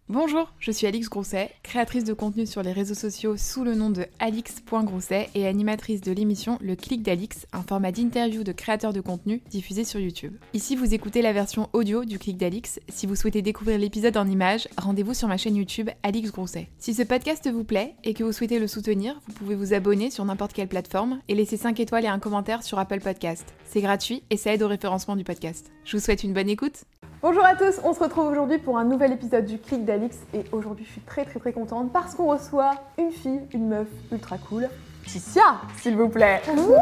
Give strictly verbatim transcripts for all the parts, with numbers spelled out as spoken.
Bonjour, je suis Alix Grousset, créatrice de contenu sur les réseaux sociaux sous le nom de alix point grousset et animatrice de l'émission Le Clic d'Alix, un format d'interview de créateurs de contenu diffusé sur YouTube. Ici, vous écoutez la version audio du Clic d'Alix. Si vous souhaitez découvrir l'épisode en images, rendez-vous sur ma chaîne YouTube Alix Grousset. Si ce podcast vous plaît et que vous souhaitez le soutenir, vous pouvez vous abonner sur n'importe quelle plateforme et laisser cinq étoiles et un commentaire sur Apple Podcast. C'est gratuit et ça aide au référencement du podcast. Je vous souhaite une bonne écoute. Bonjour à tous, on se retrouve aujourd'hui pour un nouvel épisode du Clic d'Alix et aujourd'hui je suis très très très contente parce qu'on reçoit une fille, une meuf ultra cool, Ticia, s'il vous plaît.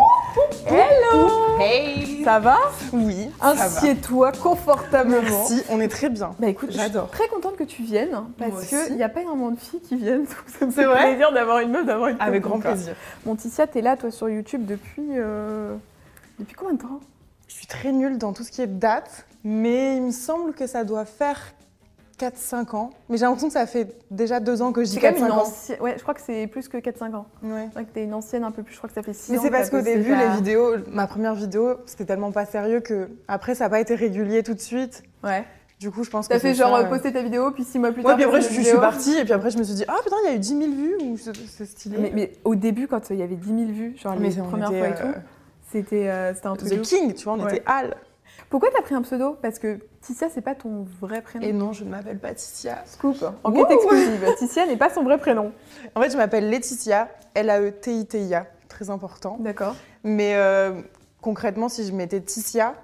Hello. Hey. Ça va? Oui, Assieds-toi confortablement. Merci, on est très bien. Bah écoute, j'adore. Je suis très contente que tu viennes parce qu'il n'y a pas énormément de filles qui viennent, donc ça me C'est fait vrai plaisir d'avoir une meuf, d'avoir une Avec meuf grand comme plaisir. ça. Bon Ticia, t'es là toi sur YouTube depuis... Euh... Depuis combien de temps? Je suis très nulle dans tout ce qui est date, mais il me semble que ça doit faire quatre cinq ans. Mais j'ai l'impression que ça fait déjà deux ans que je dis quatre cinq ans. Ancienne... Ouais, je crois que c'est plus que quatre cinq ans. Ouais. C'est vrai que t'es une ancienne un peu plus, je crois que ça fait six ans. Mais c'est parce que qu'au début, la... les vidéos, ma première vidéo, c'était tellement pas sérieux que après ça n'a pas été régulier tout de suite. Ouais. Du coup, je pense T'as que fait c'est genre ça, poster ta vidéo, puis six mois plus ouais, tard. puis après je, je suis vidéo. partie, et puis après je me suis dit, ah putain, il y a eu dix mille vues, ou c'est, c'est stylé. Mais, mais au début, quand il y avait dix mille vues, genre mais les premières fois et tout, euh, c'était, euh, c'était un truc The de King, tu vois, on ouais. était Al. Pourquoi t'as pris un pseudo? Parce que Ticia, c'est pas ton vrai prénom. Et non, je ne m'appelle pas Ticia. Scoop, enquête exclusive. Ticia n'est pas son vrai prénom. En fait, je m'appelle Laetitia, L A E T I T I A, très important. D'accord. Mais euh, concrètement, si je mettais Ticia,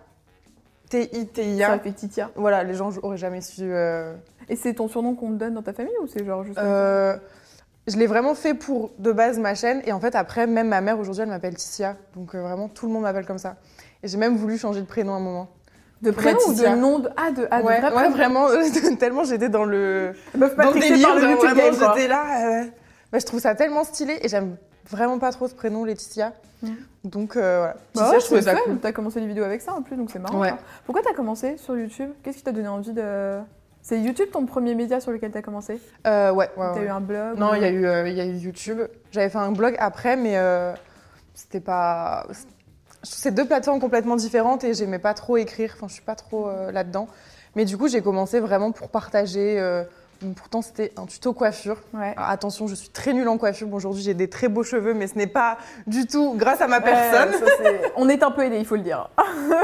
T I T I A, Ça fait Titia. voilà, les gens auraient jamais su. Euh... Et c'est ton surnom qu'on te donne dans ta famille ou c'est genre juste comme Euh, je l'ai vraiment fait pour de base ma chaîne, et en fait, après, même ma mère aujourd'hui, elle m'appelle Ticia. Donc euh, vraiment, tout le monde m'appelle comme ça. Et j'ai même voulu changer de prénom à un moment. ça? De prénom ou de nom de... Ah, de, ah, de ouais, vrai ouais, prénom. vraiment, tellement j'étais dans le, Meuf dans le matrixée délire, par le genre, YouTube vraiment, game, quoi. j'étais là. Euh... Bah, je trouve ça tellement stylé, et j'aime vraiment pas trop ce prénom, Laetitia. Mm. Donc euh, voilà, Bah Ticia, ouais, je trouvais c'est ça fun. cool. T'as commencé les vidéos avec ça en plus, donc c'est marrant. Ouais. Ça. Pourquoi t'as commencé sur YouTube? Qu'est-ce qui t'a donné envie de... C'est YouTube ton premier média sur lequel t'as commencé? euh, Ouais, ouais. T'as ouais. eu un blog? Non, ou... il y a eu, euh, il y a eu YouTube. J'avais fait un blog après, mais euh, c'était pas... C'est deux plateformes complètement différentes et j'aimais pas trop écrire. Enfin, je suis pas trop euh, là-dedans. Mais du coup, j'ai commencé vraiment pour partager. Euh, pourtant, c'était un tuto coiffure. Ouais. Alors, attention, je suis très nulle en coiffure. Bon, aujourd'hui, j'ai des très beaux cheveux, mais ce n'est pas du tout grâce à ma Ouais, personne. ça, c'est... On est un peu aidés, il faut le dire.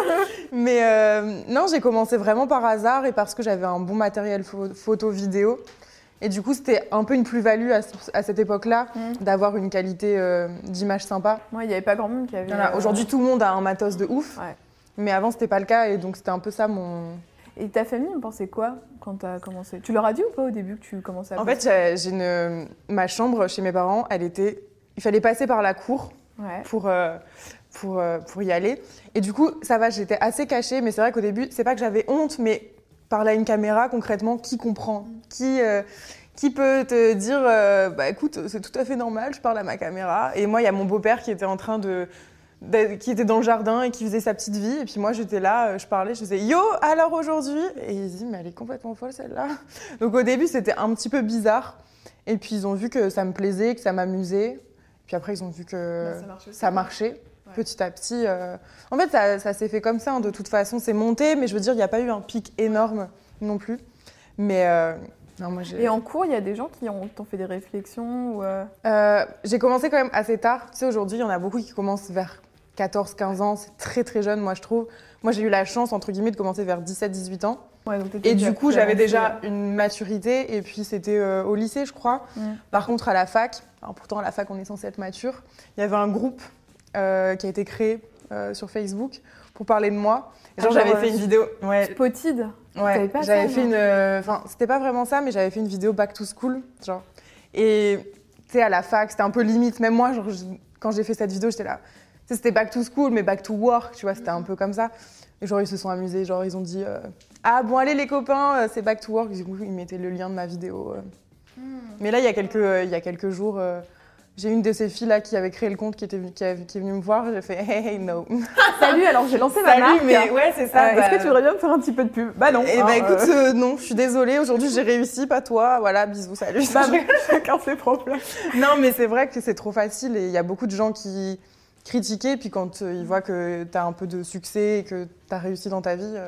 Mais euh, non, j'ai commencé vraiment par hasard et parce que j'avais un bon matériel pho- photo, vidéo. Et du coup, c'était un peu une plus-value à, à cette époque-là, mmh. d'avoir une qualité euh, d'image sympa. Ouais, il n'y avait pas grand monde qui avait... Voilà. Euh... Aujourd'hui, tout le monde a un matos de ouf. Ouais. Mais avant, c'était pas le cas. Et donc, c'était un peu ça mon... Et ta famille, on pensait quoi quand t'as commencé? Tu leur as dit ou pas au début que tu commençais à... En fait, j'ai, j'ai une... ma chambre chez mes parents, elle était... Il fallait passer par la cour ouais. pour... Euh... Pour, euh, pour y aller. Et du coup, ça va, j'étais assez cachée, mais c'est vrai qu'au début, c'est pas que j'avais honte, mais parler à une caméra, concrètement, qui comprend? Qui, euh, qui peut te dire, euh, bah écoute, c'est tout à fait normal, je parle à ma caméra. Et moi, il y a mon beau-père qui était en train de, de... qui était dans le jardin et qui faisait sa petite vie. Et puis moi, j'étais là, je parlais, je faisais « Yo, alors aujourd'hui ?» Et il se dit « Mais elle est complètement folle, celle-là !» Donc au début, c'était un petit peu bizarre. Et puis ils ont vu que ça me plaisait, que ça m'amusait. Puis après, ils ont vu que bah, ça marchait. Ça marchait. Ouais. Petit à petit. Euh... En fait, ça, ça s'est fait comme ça. Hein. De toute façon, c'est monté, mais je veux dire, il n'y a pas eu un pic énorme non plus. Mais euh... non, moi, j'ai... Et en cours, il y a des gens qui ont, t'ont fait des réflexions ou euh... Euh, j'ai commencé quand même assez tard. Tu sais, aujourd'hui, il y en a beaucoup qui commencent vers quatorze quinze ans. C'est très, très jeune, moi, je trouve. Moi, j'ai eu la chance, entre guillemets, de commencer vers dix-sept dix-huit ans. Ouais, donc et du coup, j'avais déjà une maturité. Et puis, c'était euh, au lycée, je crois. Mm. Par contre, à la fac, alors pourtant, à la fac, on est censé être mature, il y avait un groupe euh, qui a été créé euh, sur Facebook pour parler de moi. Et genre, ah, j'avais euh, fait une vidéo... Ouais. Spotted. Ouais, pas j'avais ça, fait une... Enfin, euh, c'était pas vraiment ça, mais j'avais fait une vidéo back to school, genre. Et, tu sais, à la fac, c'était un peu limite. Même moi, genre, je, quand j'ai fait cette vidéo, j'étais là... Tu sais, c'était back to school, mais back to work, tu vois, c'était un peu comme ça. Et genre, ils se sont amusés, genre, ils ont dit... Euh, ah, bon, allez, les copains, c'est back to work. Du coup, ils mettaient le lien de ma vidéo. Euh. Mm. Mais là, il y a quelques, euh, il y a quelques jours... Euh, j'ai une de ces filles-là qui avait créé le compte, qui, était, qui, a, qui est venue me voir. J'ai fait « Hey, hey, no ». Salut, alors j'ai lancé ma Salut, marque. mais ouais, c'est ça. Euh, bah... Est-ce que tu voudrais bien me faire un petit peu de pub? Bah non. Eh hein, bah écoute, euh... euh, non, je suis désolée. Aujourd'hui, j'ai réussi, pas toi. Voilà, bisous, salut. Bah, chacun ses problèmes. Non, mais c'est vrai que c'est trop facile et il y a beaucoup de gens qui critiquaient. Puis quand euh, ils voient que t'as un peu de succès et que t'as réussi dans ta vie, euh,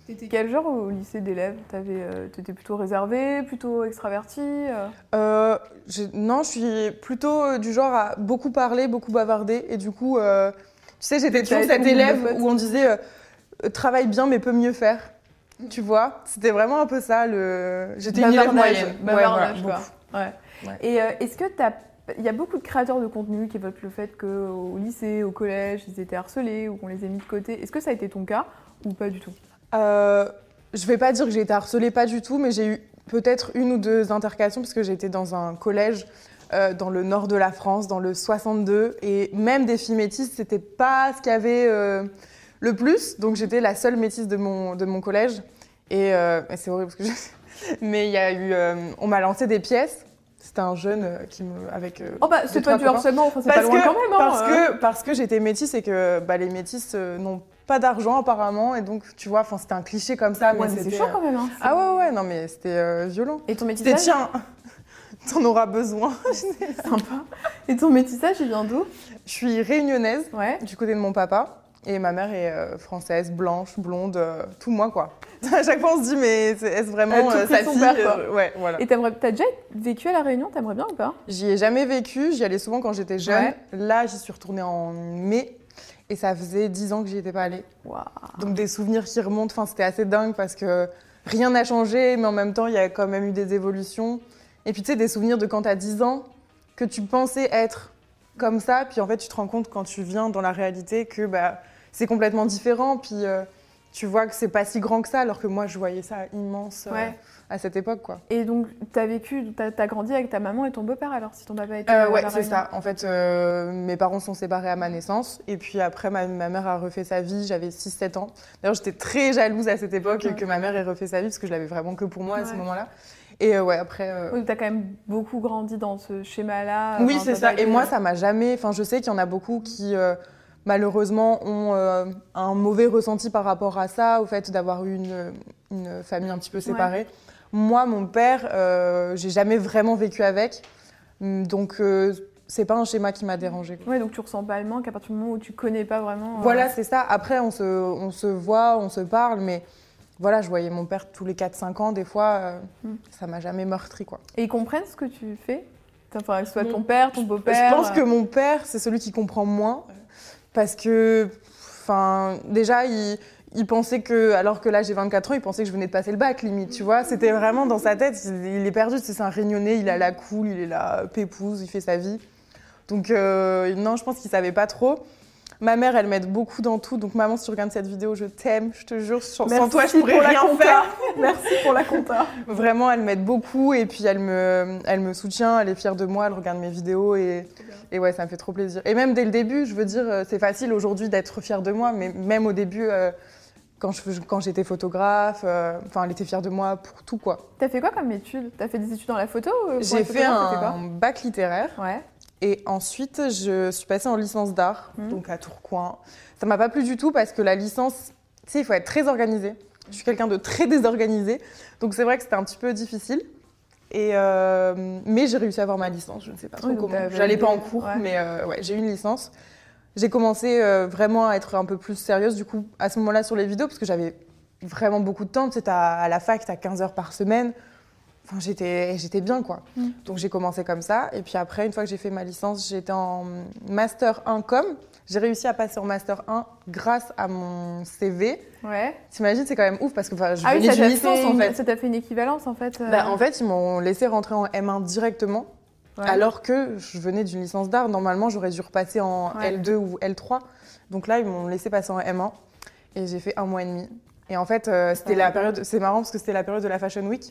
T'étais quel genre au lycée d'élèves? euh, T'étais plutôt réservée, plutôt extravertie euh... Euh, non, je suis plutôt du genre à beaucoup parler, beaucoup bavarder. Et du coup, euh, tu sais, j'étais toujours cette élève où on disait euh, travaille bien mais peut mieux faire. Tu vois, c'était vraiment un peu ça. Le... J'étais une élève moyenne. Bavardage, ouais, voilà, quoi. Ouais. Ouais. Et euh, est-ce que t'as... Il y a beaucoup de créateurs de contenu qui évoquent le fait qu'au lycée, au collège, ils étaient harcelés ou qu'on les ait mis de côté. Est-ce que ça a été ton cas ou pas du tout? euh, Je vais pas dire que j'ai été harcelée, pas du tout, mais j'ai eu peut-être une ou deux intercations parce que j'étais dans un collège euh, dans le nord de la France, dans le soixante-deux, et même des filles métisses, c'était pas ce qu'il y avait euh, le plus. Donc j'étais la seule métisse de mon, de mon collège. Et, euh, et c'est horrible parce que je... Mais il y a eu... Euh, on m'a lancé des pièces. C'était un jeune euh, qui me... avec... Euh, oh bah c'est pas du harcèlement, enfin c'est pas loin que, quand même. Hein, parce, euh. que, parce que j'étais métisse et que bah, les métisses euh, n'ont pas d'argent apparemment. Et donc tu vois, c'était un cliché comme ça. Ouais, mais c'est chaud quand même. Hein, ah ouais, ouais, non mais c'était euh, violent. Et ton métissage? C'était tiens, t'en auras besoin. Sympa. Et ton métissage, il vient d'où? Je suis réunionnaise, ouais. du côté de mon papa. Et ma mère est euh, française, blanche, blonde, euh, tout moi quoi. À chaque fois on se dit mais est-ce vraiment euh, sa fille père, quoi. euh, ouais, voilà. Et t'as déjà vécu à La Réunion? T'aimerais bien ou pas? J'y ai jamais vécu, j'y allais souvent quand j'étais jeune. Ouais. Là j'y suis retournée en mai et ça faisait dix ans que j'y étais pas allée. Wow. Donc des souvenirs qui remontent, enfin, c'était assez dingue parce que rien n'a changé mais en même temps il y a quand même eu des évolutions. Et puis tu sais des souvenirs de quand t'as dix ans que tu pensais être comme ça, puis en fait tu te rends compte quand tu viens dans la réalité que bah, c'est complètement différent, puis euh, tu vois que c'est pas si grand que ça, alors que moi je voyais ça immense euh, ouais. à cette époque, quoi. Et donc t'as vécu, t'as, t'as grandi avec ta maman et ton beau-père alors, si ton papa était euh, ouais, à la c'est ça. En fait, euh, mes parents sont séparés à ma naissance, et puis après ma, ma mère a refait sa vie, j'avais six sept ans. D'ailleurs j'étais très jalouse à cette époque ouais. que ma mère ait refait sa vie, parce que je l'avais vraiment que pour moi ouais. à ce moment-là. Et euh, ouais, après. Euh... Oui, t'as quand même beaucoup grandi dans ce schéma-là. Oui, c'est ça. Et moi, ça m'a jamais. Enfin, je sais qu'il y en a beaucoup qui, euh, malheureusement, ont euh, un mauvais ressenti par rapport à ça, au fait d'avoir eu une, une famille un petit peu séparée. Ouais. Moi, mon père, euh, j'ai jamais vraiment vécu avec. Donc, euh, c'est pas un schéma qui m'a dérangée. Oui, donc tu ressens pas le manque à partir du moment où tu connais pas vraiment. Euh... Voilà, c'est ça. Après, on se, on se voit, on se parle, mais. Voilà, je voyais mon père tous les quatre cinq ans, des fois, euh, mm. ça m'a jamais meurtri, quoi. Et ils comprennent ce que tu fais? Enfin, que ce soit ton père, ton beau-père? Je pense que mon père, c'est celui qui comprend moins, ouais. parce que, enfin, déjà, il, il pensait que, alors que là j'ai vingt-quatre ans, il pensait que je venais de passer le bac, limite, tu vois. C'était vraiment dans sa tête, il, il est perdu, c'est un Réunionnais, il est à la cool, il est là, pépouze, il fait sa vie. Donc, euh, non, je pense qu'il savait pas trop. Ma mère, elle m'aide beaucoup dans tout. Donc, maman, si tu regardes cette vidéo, je t'aime, je te jure. Sans Merci toi, je pourrais rien faire. Merci pour la compta. Vraiment, elle m'aide beaucoup. Et puis, elle me, elle me soutient, elle est fière de moi, elle regarde mes vidéos. Et, et ouais, ça me fait trop plaisir. Et même dès le début, je veux dire, c'est facile aujourd'hui d'être fière de moi. Mais même au début, euh, quand, je, quand j'étais photographe, euh, enfin, elle était fière de moi pour tout, quoi. T'as fait quoi comme études? T'as fait des études dans la photo? J'ai fait un bac littéraire. Ouais. Et ensuite, je suis passée en licence d'art, mmh. donc à Tourcoing. Ça m'a pas plu du tout parce que la licence, tu sais, il faut être très organisé. Je suis quelqu'un de très désorganisé, donc c'est vrai que c'était un petit peu difficile. Et euh, mais j'ai réussi à avoir ma licence, je ne sais pas trop oui, comment. J'allais pas en cours, ouais. mais euh, ouais, j'ai eu une licence. J'ai commencé euh, vraiment à être un peu plus sérieuse, du coup, à ce moment-là sur les vidéos, parce que j'avais vraiment beaucoup de temps. Tu sais, à la fac, tu as quinze heures par semaine. Enfin, j'étais, j'étais bien, quoi. Mm. Donc, j'ai commencé comme ça. Et puis après, une fois que j'ai fait ma licence, j'étais en Master un com. J'ai réussi à passer en Master un grâce à mon C V. Ouais. T'imagines, c'est quand même ouf parce que je ah venais oui, d'une licence, une, en fait. Ça t'a fait une équivalence, en fait euh... bah, En fait, ils m'ont laissé rentrer en M un directement. Ouais. Alors que je venais d'une licence d'art. Normalement, j'aurais dû repasser en ouais. L deux ou L trois. Donc là, ils m'ont laissé passer en M un. Et j'ai fait un mois et demi. Et en fait, euh, c'était ouais. la période... C'est marrant parce que c'était la période de la Fashion Week.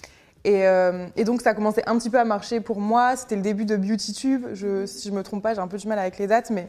Et, euh, et donc, ça a commencé un petit peu à marcher pour moi. C'était le début de BeautyTube. Je, si je ne me trompe pas, j'ai un peu du mal avec les dates. Mais...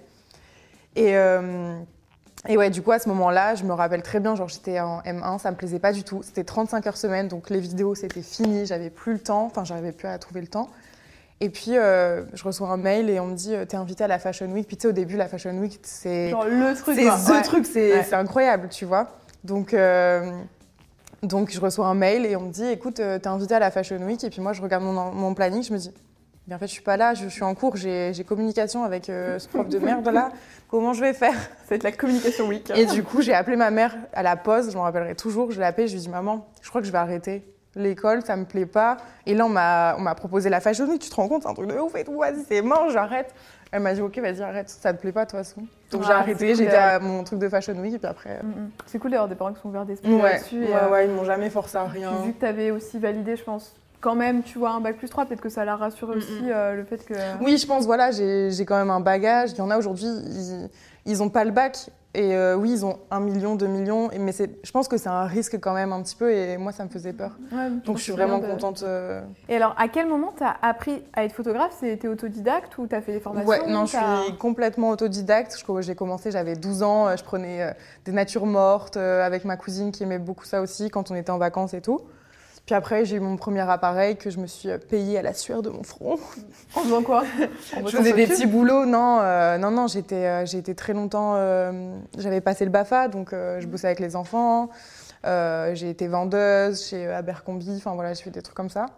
Et, euh, et ouais, du coup, à ce moment-là, je me rappelle très bien, genre j'étais en M un, ça ne me plaisait pas du tout. C'était trente-cinq heures semaine, donc les vidéos, c'était fini. J'avais plus le temps. Enfin, j'arrivais plus à trouver le temps. Et puis, euh, je reçois un mail et on me dit « T'es invitée à la Fashion Week ». Puis tu sais, au début, la Fashion Week, c'est... Genre le truc, C'est quoi. the ouais. truc, c'est, ouais. c'est incroyable, tu vois. Donc... Euh, Donc, je reçois un mail et on me dit « Écoute, euh, t'es invitée à la Fashion Week ». Et puis moi, je regarde mon, mon planning, je me dis Mais en fait, je suis pas là, je, je suis en cours, j'ai, j'ai communication avec euh, ce prof de merde là. Comment je vais faire? Ça va être la communication week. Et du coup, j'ai appelé ma mère à la pause, je m'en rappellerai toujours. Je l'ai appelée, je lui ai dit maman, je crois que je vais arrêter l'école, ça me plaît pas. Et là, on m'a, on m'a proposé la Fashion Week, tu te rends compte, c'est un truc de ouf et tout, vas-y, c'est mort, j'arrête. Elle m'a dit ok, vas-y, arrête, ça te plaît pas de toute façon. Donc Ah, j'ai arrêté, c'est j'ai cool, été euh. à mon truc de Fashion Week et puis après. Mm, mm. C'est cool d'avoir des parents qui sont ouverts d'esprit Ouais, là-dessus. ouais, et, euh, ouais, ils m'ont jamais forcé à rien. Vu que tu avais aussi validé, je pense, quand même, tu vois, un bac plus trois, peut-être que ça l'a rassuré Mm, aussi, mm. euh, le fait que... Oui, je pense, voilà, j'ai, j'ai quand même un bagage. Il y en a aujourd'hui, ils, ils ont pas le bac. Et euh, oui, ils ont un million, deux millions. et- Mais c'est, je pense que c'est un risque quand même un petit peu. Et moi, ça me faisait peur. Ouais, Donc je suis pense que c'est vraiment bien de- contente. euh, Et alors, à quel moment tu as appris à être photographe? C'était autodidacte ou tu as fait des formations? Ouais, non, je t'as- suis complètement autodidacte. Je- J'ai commencé, j'avais douze ans. euh, Je prenais euh, des natures mortes euh, avec ma cousine qui aimait beaucoup ça aussi quand on était en vacances et tout. Puis après, j'ai eu mon premier appareil que je me suis euh, payé à la sueur de mon front. En faisant quoi? En Je bossant faisais sur des YouTube? petits boulots. Non, euh, non, non, j'étais, euh, j'ai été très longtemps. euh, j'avais passé le BAFA, donc euh, je bossais avec les enfants. Euh, j'ai été vendeuse chez Abercrombie. Enfin voilà, j'ai fait des trucs comme ça.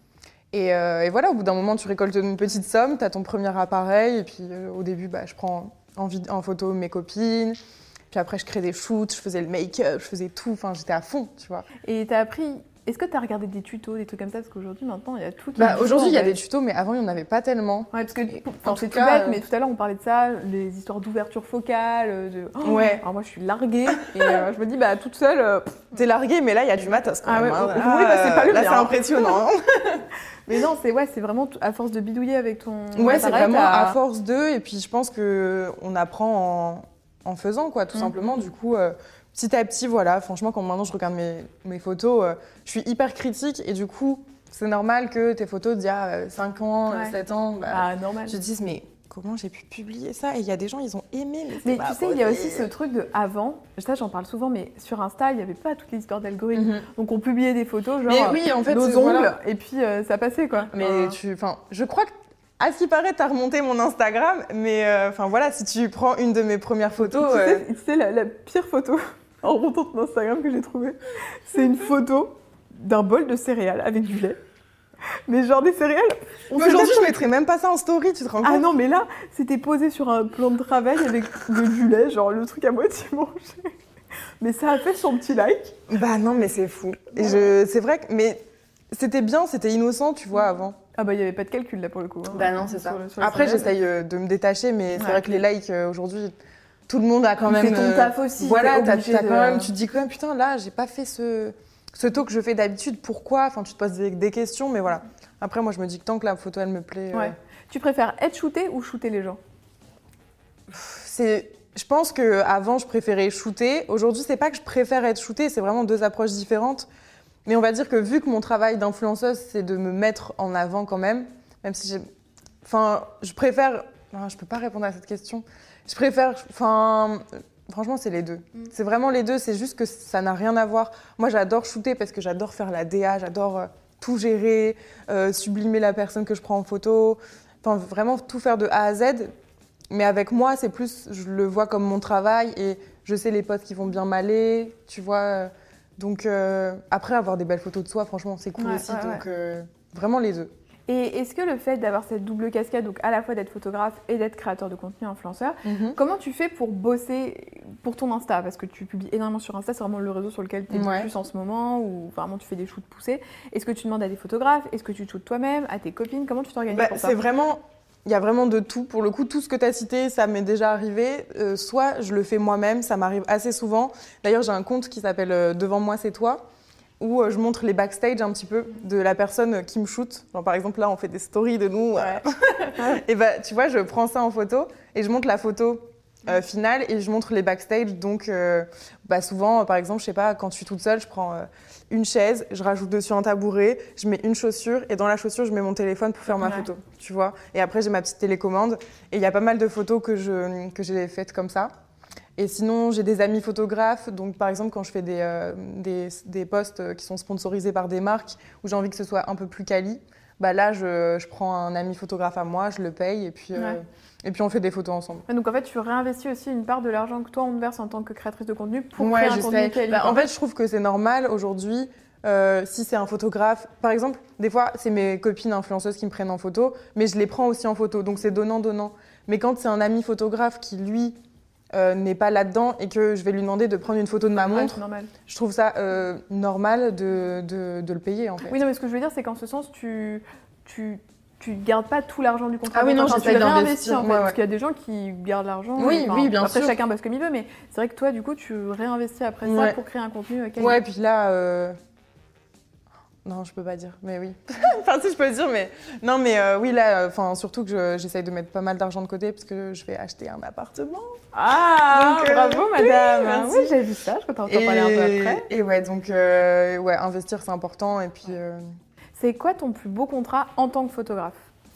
Et, euh, et voilà, au bout d'un moment, tu récoltes une petite somme, tu as ton premier appareil. Et puis euh, au début, bah, je prends en, vid- en photo mes copines. Puis après, je crée des shoots, je faisais le make-up, je faisais tout. Enfin, j'étais à fond, tu vois. Et tu as appris... Est-ce que tu as regardé des tutos, des trucs comme ça? Parce qu'aujourd'hui, maintenant, il y a tout qui Bah, est aujourd'hui, il y a dispo, en des fait. tutos, mais avant, il n'y en avait pas tellement. Ouais, parce que, Et enfin, en c'est tout tout cas, bête, euh, mais tout à l'heure, on parlait de ça, les histoires d'ouverture focale, de... Oh, Ouais. alors moi, je suis larguée, et euh, je me dis, bah, toute seule... euh, pff, T'es largué, mais là, il y a du matos quand Ah même. ouais, hein. oui, Là, bah, c'est pas le Là, mien. c'est impressionnant. Mais non, c'est ouais, c'est vraiment t- à force de bidouiller avec ton Ouais, c'est appareil, vraiment t'as- à force d'eux. Et puis, je pense qu'on apprend en, en faisant, quoi, tout Mm. simplement. Du coup, euh, petit à petit, voilà. Franchement, quand maintenant je regarde mes, mes photos, euh, je suis hyper critique. Et du coup, c'est normal que tes photos d'il y a cinq ans, Ouais. sept ans, bah, Ah, normal. je te dise, mais comment j'ai pu publier ça? Et il y a des gens, ils ont aimé. Mais, c'est Mais pas tu sais, il y a aussi possible. ce truc de avant, ça j'en parle souvent, mais sur Insta, il n'y avait pas toutes les histoires d'algorithmes. Mhm. Donc on publiait des photos, genre Mais oui, en fait, nos c'est- ongles, voilà. et puis euh, ça passait quoi. Mais Enfin, tu, enfin, je crois que, à ce qui paraît, t'as remonté mon Instagram, mais euh, enfin voilà, si tu prends une de mes premières photos, Tu euh, sais, tu sais, la, la pire photo en remontant ton Instagram que j'ai trouvée, c'est une photo d'un bol de céréales avec du lait. Mais genre des céréales. on mais sait aujourd'hui, même je mettrais même pas ça en story, tu te rends compte? Ah non, mais là, c'était posé sur un plan de travail avec de du lait, genre le truc à moitié mangé. Mais ça a fait son petit like. Bah non, mais c'est fou. Et je, c'est vrai que, mais c'était bien, c'était innocent, tu vois, avant. Ah bah il n'y avait pas de calcul là pour le coup. hein. Bah non, c'est ça. Sur le- sur le Après, céréales. j'essaye euh, de me détacher, mais c'est Ouais. vrai que les likes euh, aujourd'hui, tout le monde a quand Tu même. fais ton euh, taf aussi, Voilà, t'es t'as, obligé t'as de- quand même, tu te dis quand même, putain, là, j'ai pas fait ce, ce taux que je fais d'habitude. Pourquoi? Enfin, tu te poses des, des questions, mais voilà. Après, moi, je me dis que tant que la photo, elle me plaît. euh, Ouais. Tu préfères être shooté ou shooter les gens? c'est, je pense que avant je préférais shooter. Aujourd'hui, c'est pas que je préfère être shootée, c'est vraiment deux approches différentes. Mais on va dire que vu que mon travail d'influenceuse, c'est de me mettre en avant quand même, même si j'ai, enfin, je préfère. Non, je peux pas répondre à cette question. Je préfère, enfin, franchement, c'est les deux. Mm. C'est vraiment les deux. C'est juste que ça n'a rien à voir. Moi, j'adore shooter parce que j'adore faire la D A, j'adore euh, tout gérer, euh, sublimer la personne que je prends en photo. Enfin, vraiment tout faire de A à Z. Mais avec moi, c'est plus, je le vois comme mon travail et je sais les posts qui vont bien m'aller, tu vois. Donc euh, après, avoir des belles photos de soi, franchement, c'est cool Ouais, aussi. ouais, donc euh, vraiment les deux. Et est-ce que le fait d'avoir cette double casquette, donc à la fois d'être photographe et d'être créateur de contenu influenceur, comment tu fais pour bosser pour ton Insta? Parce que tu publies énormément sur Insta, c'est vraiment le réseau sur lequel tu es Ouais. le plus en ce moment, où vraiment tu fais des shoots poussés. Est-ce que tu demandes à des photographes? Est-ce que tu te shootes toi-même? À tes copines? Comment tu t'organises Bah, pour ça? c'est vraiment, il y a vraiment de tout. Pour le coup, tout ce que tu as cité, ça m'est déjà arrivé. Euh, soit je le fais moi-même, ça m'arrive assez souvent. D'ailleurs, j'ai un compte qui s'appelle euh, Devant moi, c'est toi, où euh, je montre les backstage un petit peu de la personne qui me shoot. Genre, par exemple, là, on fait des stories de nous. Ouais. Et bah, tu vois, je prends ça en photo et je montre la photo euh, finale et je montre les backstage. Donc, euh, bah, souvent, euh, par exemple, je sais pas, quand je suis toute seule, je prends euh, une chaise, je rajoute dessus un tabouret, je mets une chaussure et dans la chaussure, je mets mon téléphone pour faire ma Ouais. photo, tu vois. Et après, j'ai ma petite télécommande et il y a pas mal de photos que, je, que j'ai faites comme ça. Et sinon, j'ai des amis photographes. Donc, par exemple, quand je fais des, euh, des, des posts qui sont sponsorisés par des marques où j'ai envie que ce soit un peu plus quali, bah là, je, je prends un ami photographe à moi, je le paye et puis, euh, Ouais. et puis on fait des photos ensemble. Ouais, donc en fait, tu réinvestis aussi une part de l'argent que toi on te verse en tant que créatrice de contenu pour Ouais, créer un contenu j'essaie. quali. Bah, quoi. en fait, je trouve que c'est normal aujourd'hui. Euh, si c'est un photographe, par exemple, des fois, c'est mes copines influenceuses qui me prennent en photo, mais je les prends aussi en photo, donc c'est donnant-donnant. Mais quand c'est un ami photographe qui, lui, euh, n'est pas là-dedans et que je vais lui demander de prendre une photo de ma montre, ouais, normal. je trouve ça euh, normal de, de, de le payer, en fait. Oui, non, mais ce que je veux dire, c'est qu'en ce sens, tu... tu... tu gardes pas tout l'argent du contrat. Ah oui, non, enfin, j'essaie tu réinvestis d'investir, en fait, ouais, ouais. parce qu'il y a des gens qui gardent l'argent. Oui, enfin, oui, bien après, sûr. chacun bosse comme il veut, mais c'est vrai que toi, du coup, tu réinvestis après ça Ouais. pour créer un contenu quali. Ouais, puis là... Euh... Non, je peux pas dire, mais oui. Enfin, si, je peux le dire, mais... Non, mais euh, oui, là, enfin, surtout que je- j'essaye de mettre pas mal d'argent de côté parce que je vais acheter un appartement. Ah, Donc, euh, bravo, madame. merci. Oui, j'ai vu ça, je peux t'en parler un peu après. Et ouais, donc, euh, ouais, investir, c'est important. Et puis, euh, C'est quoi ton plus beau contrat en tant que photographe?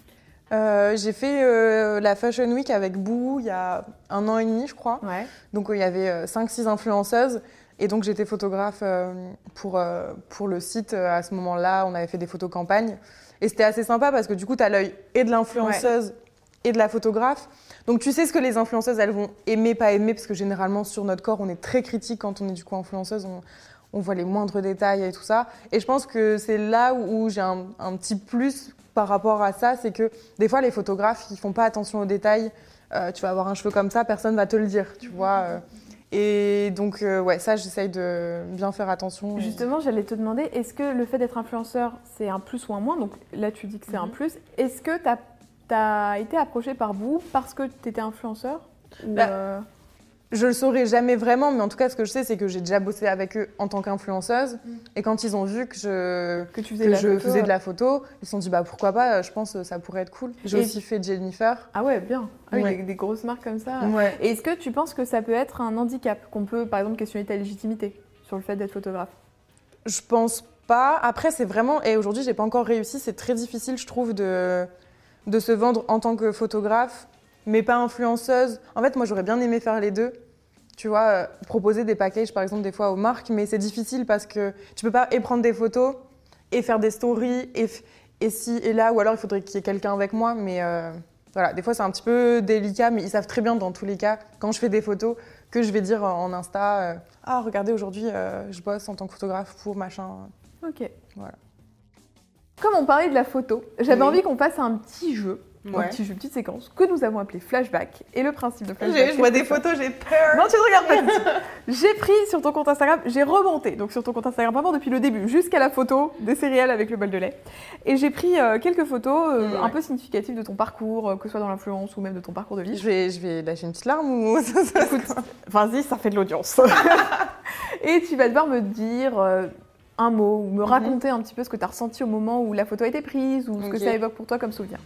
euh, j'ai fait euh, la Fashion Week avec Boo il y a un an et demi, je crois. Ouais. Donc, il y avait cinq six influenceuses. Et donc, j'étais photographe euh, pour, euh, pour le site. À ce moment-là, on avait fait des photos campagne. Et c'était assez sympa parce que du coup, tu as l'œil et de l'influenceuse ouais. et de la photographe. Donc, tu sais ce que les influenceuses, elles vont aimer, pas aimer. Parce que généralement, sur notre corps, on est très critique quand on est du coup influenceuse. On, on voit les moindres détails et tout ça. Et je pense que c'est là où, où j'ai un, un petit plus par rapport à ça. C'est que des fois, les photographes, ils font pas attention aux détails. Euh, tu vas avoir un cheveu comme ça, personne va te le dire, tu vois. Euh, Et donc, euh, ouais, ça, j'essaye de bien faire attention. Justement, j'allais te demander, est-ce que le fait d'être influenceur, c'est un plus ou un moins? Donc là, tu dis que c'est mm-hmm. un plus. Est-ce que tu as été approchée par vous parce que tu étais influenceur ou bah, euh... Je le saurais jamais vraiment, mais en tout cas, ce que je sais, c'est que j'ai déjà bossé avec eux en tant qu'influenceuse. Mm. Et quand ils ont vu que je, que tu faisais, que de, je la photo, faisais ouais. de la photo, ils se sont dit, bah, pourquoi pas, je pense que ça pourrait être cool. J'ai et... aussi fait Jennifer. Ah ouais, bien. Ah oui, ouais. des, des grosses marques comme ça. Ouais. Et est-ce que tu penses que ça peut être un handicap, qu'on peut, par exemple, questionner ta légitimité sur le fait d'être photographe? Je pense pas. Après, c'est vraiment... Et aujourd'hui, j'ai pas encore réussi. C'est très difficile, je trouve, de, de se vendre en tant que photographe, mais pas influenceuse. En fait, moi, j'aurais bien aimé faire les deux. Tu vois, euh, proposer des packages, par exemple, des fois aux marques, mais c'est difficile parce que tu peux pas et prendre des photos et faire des stories et, et ci et là, ou alors il faudrait qu'il y ait quelqu'un avec moi, mais euh, voilà, des fois c'est un petit peu délicat, mais ils savent très bien dans tous les cas, quand je fais des photos, que je vais dire en Insta, euh, ah regardez, aujourd'hui euh, je bosse en tant que photographe pour machin. Ok. Voilà. Comme on parlait de la photo, j'avais oui. envie qu'on fasse un petit jeu. Ouais. Un petit jeu, une petite séquence que nous avons appelé Flashback. Et le principe de Flashback. Je vois des photos, j'ai peur. Non, tu ne regardes pas. J'ai pris sur ton compte Instagram, j'ai remonté donc sur ton compte Instagram vraiment depuis le début jusqu'à la photo des céréales avec le bol de lait. Et j'ai pris euh, quelques photos euh, ouais. un peu significatives de ton parcours, euh, que ce soit dans l'influence ou même de ton parcours de vie. Je vais, je vais lâcher une petite larme ou écoute, vas-y, ça fait de l'audience. Et tu vas devoir me dire. Euh, un mot ou me mm-hmm. raconter un petit peu ce que tu as ressenti au moment où la photo a été prise ou ce okay. que ça évoque pour toi comme souvenir.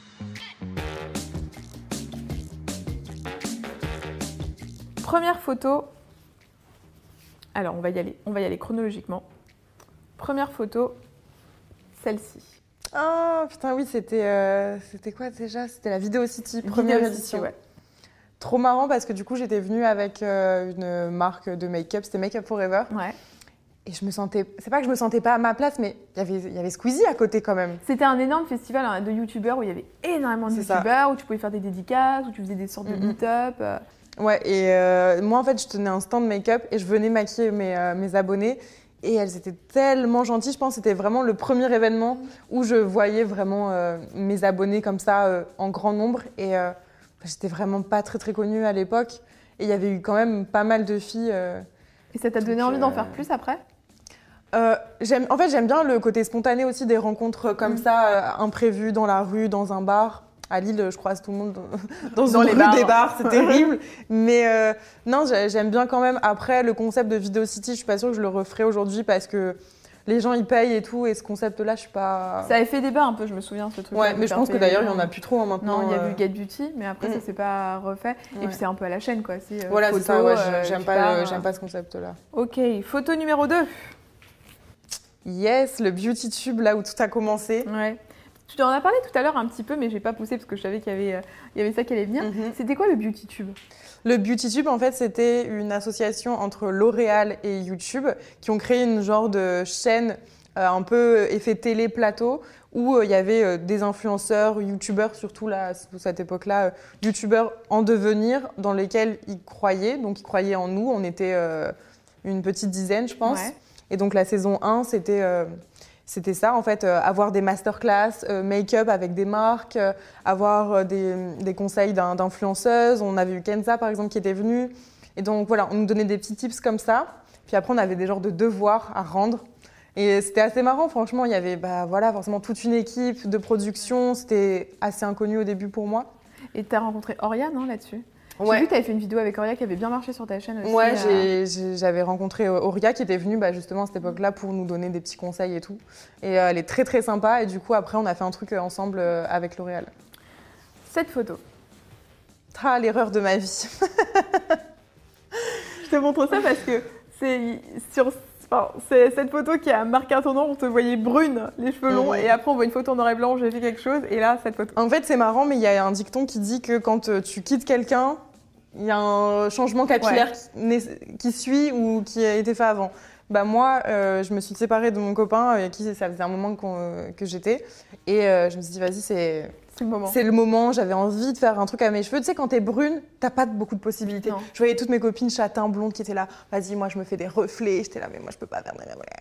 Première photo. Alors, on va y aller, on va y aller chronologiquement. Première photo, celle-ci. Oh putain, oui, c'était euh, c'était quoi déjà? C'était la Vidéo City, première Vidéo édition. City, ouais. Trop marrant parce que du coup, j'étais venue avec euh, une marque de make-up, c'était Make Up Forever. Ouais. Et je me sentais, c'est pas que je me sentais pas à ma place, mais il y avait, il y avait Squeezie à côté quand même. C'était un énorme festival hein, de youtubeurs où il y avait énormément de youtubeurs, où tu pouvais faire des dédicaces, où tu faisais des sortes mm-hmm. de meet-up. Euh... Ouais, et euh, moi en fait, je tenais un stand make-up et je venais maquiller mes, euh, mes abonnés. Et elles étaient tellement gentilles, je pense que c'était vraiment le premier événement mm-hmm. où je voyais vraiment euh, mes abonnés comme ça euh, en grand nombre. Et euh, j'étais vraiment pas très très connue à l'époque. Et il y avait eu quand même pas mal de filles. Euh, et ça t'a donné envie euh... d'en faire plus après? Euh, j'aime, en fait, j'aime bien le côté spontané aussi des rencontres comme mmh. ça, euh, imprévues dans la rue, dans un bar. À Lille, je croise tout le monde dans, dans, dans une les rue bars. des bars, c'est terrible. Mais euh, non, j'aime bien quand même. Après, le concept de Vidéo City, je suis pas sûre que je le referai aujourd'hui parce que les gens, ils payent et tout. Et ce concept-là, je suis pas... Ça avait fait débat un peu, je me souviens, ce truc. Ouais, mais je pense que d'ailleurs, il y en a plus trop hein, maintenant. Non, il y a euh... eu Get Beauty, mais après, mmh. ça s'est pas refait. Ouais. Et puis, c'est un peu à la chaîne, quoi. C'est, euh, voilà, photo, c'est ça, ouais, euh, j'aime pas, pars, le, j'aime pas ce concept-là. Ok, photo numéro deux. Yes, le beauty tube, là où tout a commencé. Ouais. Tu en as parlé tout à l'heure un petit peu, mais j'ai pas poussé parce que je savais qu'il y avait, euh, il y avait ça qui allait venir. Mm-hmm. C'était quoi le beauty tube? Le beauty tube, en fait, c'était une association entre L'Oréal et YouTube qui ont créé une genre de chaîne euh, un peu effet télé plateau où euh, il y avait euh, des influenceurs, youtubeurs, surtout là, à cette époque-là, euh, youtubeurs en devenir dans lesquels ils croyaient. Donc, ils croyaient en nous. On était euh, une petite dizaine, je pense. Ouais. Et donc la saison un, c'était, euh, c'était ça, en fait, euh, avoir des masterclass, euh, make-up avec des marques, euh, avoir euh, des, des conseils d'un, d'influenceuses. On avait eu Kenza, par exemple, qui était venue. Et donc voilà, on nous donnait des petits tips comme ça. Puis après, on avait des genres de devoirs à rendre. Et c'était assez marrant, franchement. Il y avait bah, voilà, forcément toute une équipe de production. C'était assez inconnu au début pour moi. Et tu as rencontré Oriane hein, là-dessus. Ouais. J'ai vu que tu avais fait une vidéo avec Auria qui avait bien marché sur ta chaîne aussi. Ouais, euh... j'ai, j'ai, j'avais rencontré Auria qui était venue bah, justement à cette époque-là pour nous donner des petits conseils et tout. Et euh, elle est très très sympa. Et du coup, après, on a fait un truc ensemble euh, avec L'Oréal. Cette photo. Ah, l'erreur de ma vie. Je te montre ça parce que c'est sur enfin, c'est cette photo qui a marqué un tournant. On te voyait brune, les cheveux longs, Mmh. et après on voit une photo en noir et blanc. J'ai fait quelque chose, et là cette photo. En fait, c'est marrant, mais il y a un dicton qui dit que quand euh, tu quittes quelqu'un, il y a un changement capillaire Ouais. qui, qui suit ou qui a été fait avant. Bah moi, euh, je me suis séparée de mon copain avec qui ça faisait un moment qu'on- que j'étais. Et euh, je me suis dit, vas-y, c'est, C'est le moment. c'est le moment. J'avais envie de faire un truc à mes cheveux. Tu sais, quand t'es brune, t'as pas beaucoup de possibilités. Non. Je voyais toutes mes copines châtain, blondes qui étaient là. Vas-y, moi, je me fais des reflets. J'étais là, mais moi, je peux pas faire.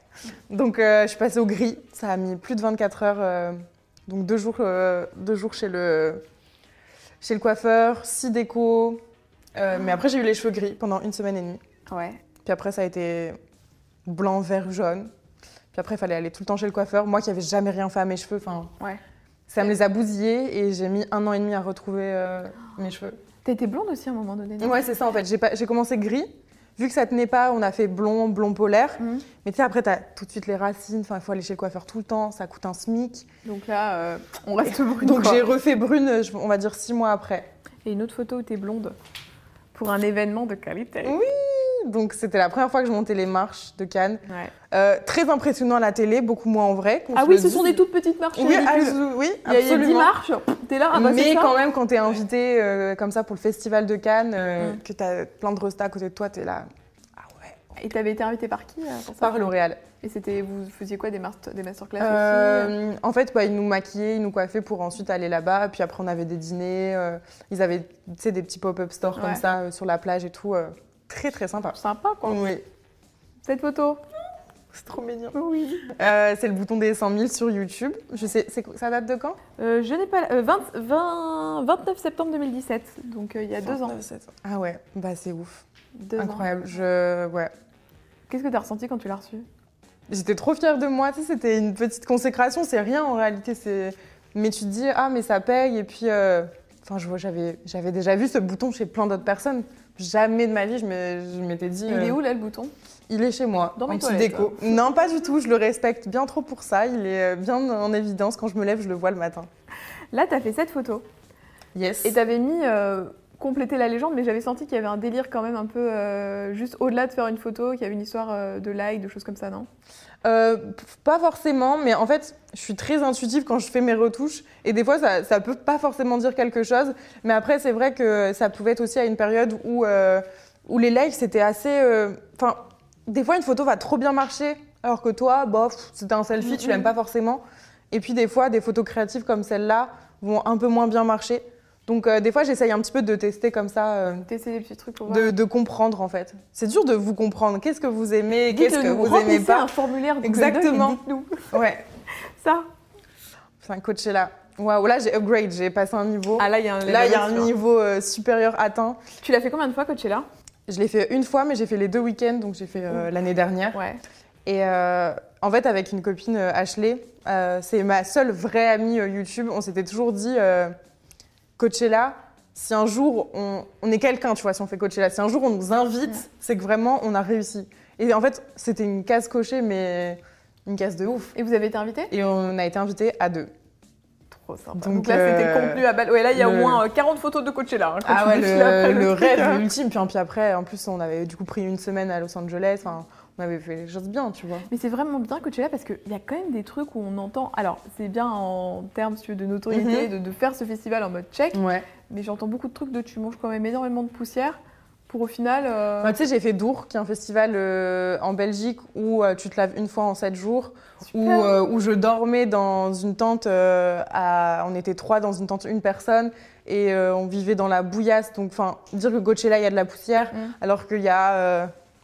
Donc, euh, je suis passée au gris. Ça a mis plus de vingt-quatre heures. euh, donc, deux jours, euh, deux jours chez le, chez le coiffeur, six décos. Euh, mais après, j'ai eu les cheveux gris pendant une semaine et demie. Ouais. Puis après, ça a été blanc, vert, jaune. Puis après, il fallait aller tout le temps chez le coiffeur. Moi qui n'avais jamais rien fait à mes cheveux, enfin, Ouais. ça me les a bousillés et j'ai mis un an et demi à retrouver euh, mes cheveux. T'as été blonde aussi à un moment donné. non Ouais, c'est ça en fait. J'ai, pas, j'ai commencé gris. Vu que ça tenait pas, on a fait blond, blond polaire. Mhm. Mais tu sais, après, tu as tout de suite les racines. Enfin, il faut aller chez le coiffeur tout le temps. Ça coûte un SMIC. Donc là, euh, on reste brune. Donc quoi. j'ai refait brune, je- on va dire six mois après. Et une autre photo où t'es blonde pour un événement de qualité. Oui. Donc c'était la première fois que je montais les marches de Cannes. Ouais. Euh, très impressionnant à la télé, beaucoup moins en vrai. qu'on Ah se oui, le ce sont dise. des toutes petites marches. Oui, ridicules. ah, oui, Il y a- il y a absolument. dix marches, t'es là, ah bah c'est Mais ça. quand même, quand t'es invité euh, comme ça pour le festival de Cannes, euh, Mm. que t'as plein de restas à côté de toi, t'es là. Ah ouais. Et t'avais été invitée par qui euh, pour ça Par L'Oréal. Et c'était, vous faisiez quoi, des, mar- des masterclass aussi Euh, en fait, bah, ils nous maquillaient, ils nous coiffaient pour ensuite aller là-bas. Puis après, on avait des dîners. euh, ils avaient tu sais, des petits pop-up stores comme Ouais. ça euh, sur la plage et tout. euh, très, très sympa. Sympa quoi. Oui, Cette photo. c'est trop mignon. Oui. Euh, c'est le bouton des cent mille sur YouTube. Je sais, c'est, ça date de quand Euh, je n'ai pas. euh, vingt, vingt, vingt-neuf septembre deux mille dix-sept, donc euh, il y a deux ans. vingt-neuf, sept. Ah ouais, bah c'est ouf. Deux ans. Incroyable. Je... Ouais. Qu'est-ce que t'as ressenti quand tu l'as reçu? J'étais trop fière de moi. Tu sais, c'était une petite consécration. C'est rien en réalité. C'est... Mais tu te dis, ah, mais ça paye. Et puis, euh... enfin, je vois, j'avais, j'avais déjà vu ce bouton chez plein d'autres personnes. Jamais de ma vie, je, me... je m'étais dit. Il est euh, où là le bouton? Il est chez moi, Dans en mes petite toilettes. déco. Non, pas du tout. Je le respecte bien trop pour ça. Il est euh, bien en évidence. Quand je me lève, je le vois le matin. Là, t'as fait cette photo. Yes. Et t'avais mis euh, compléter la légende, mais j'avais senti qu'il y avait un délire quand même un peu euh, juste au-delà de faire une photo, qu'il y avait une histoire euh, de like, de choses comme ça, non? Euh, p- pas forcément, mais en fait, je suis très intuitive quand je fais mes retouches. Et des fois, ça, ça peut pas forcément dire quelque chose. Mais après, c'est vrai que ça pouvait être aussi à une période où, euh, où les likes, c'était assez... Enfin, des fois, une photo va trop bien marcher, alors que toi, bof, c'était un selfie, tu l'aimes pas forcément. Et puis, des fois, des photos créatives comme celle-là vont un peu moins bien marcher. Donc, euh, des fois, j'essaye un petit peu de tester comme ça, euh, T'essayes des petits trucs pour voir. de, de comprendre, en fait. C'est dur de vous comprendre. Qu'est-ce que vous aimez, qu'est-ce que Dites-le nous, vous aimez remplissez pas. un formulaire Google Exactement. Doc et dites-nous Ouais. ça. Enfin, Coachella. Waouh, là j'ai upgrade, j'ai passé un niveau. Ah là, il y a un, là, il y a un level, niveau euh, supérieur atteint. Tu l'as fait combien de fois, Coachella? Je l'ai fait une fois, mais j'ai fait les deux week-ends, donc j'ai fait euh, l'année dernière. Ouais. Et euh, en fait, avec une copine, euh, Ashley, euh, c'est ma seule vraie amie euh, YouTube. On s'était toujours dit, euh, Coachella, si un jour on, on est quelqu'un, tu vois, si on fait Coachella, si un jour on nous invite, Ouais. c'est que vraiment on a réussi. Et en fait, c'était une case cochée, mais une case de ouf. Et vous avez été invité? Et on a été invités à deux. Trop sympa. Donc, Donc, là, euh, c'était contenu à balle. Ouais, là, il y a le- au moins euh, quarante photos de Coachella. Hein, quand Ah tu ouais, défiles après le, le truc, rêve hein. ultime. Puis, puis après, en plus, on avait du coup pris une semaine à Los Angeles. Enfin, on avait fait les choses bien, tu vois. Mais c'est vraiment bien Coachella parce qu'il y a quand même des trucs où on entend. Alors, c'est bien en termes si tu veux, de notoriété, Mhm. de, de faire ce festival en mode check. Ouais. Mais j'entends beaucoup de trucs de tu manges quand même énormément de poussière pour au final. euh, Bah, tu sais, j'ai fait Dour, qui est un festival euh, en Belgique où euh, tu te laves une fois en sept jours. Où, super. euh, où je dormais dans une tente. euh, à... On était trois dans une tente, une personne. Et euh, on vivait dans la bouillasse. Donc, enfin, dire que Coachella, il y a de la poussière. Mm. Alors qu'il y a. euh,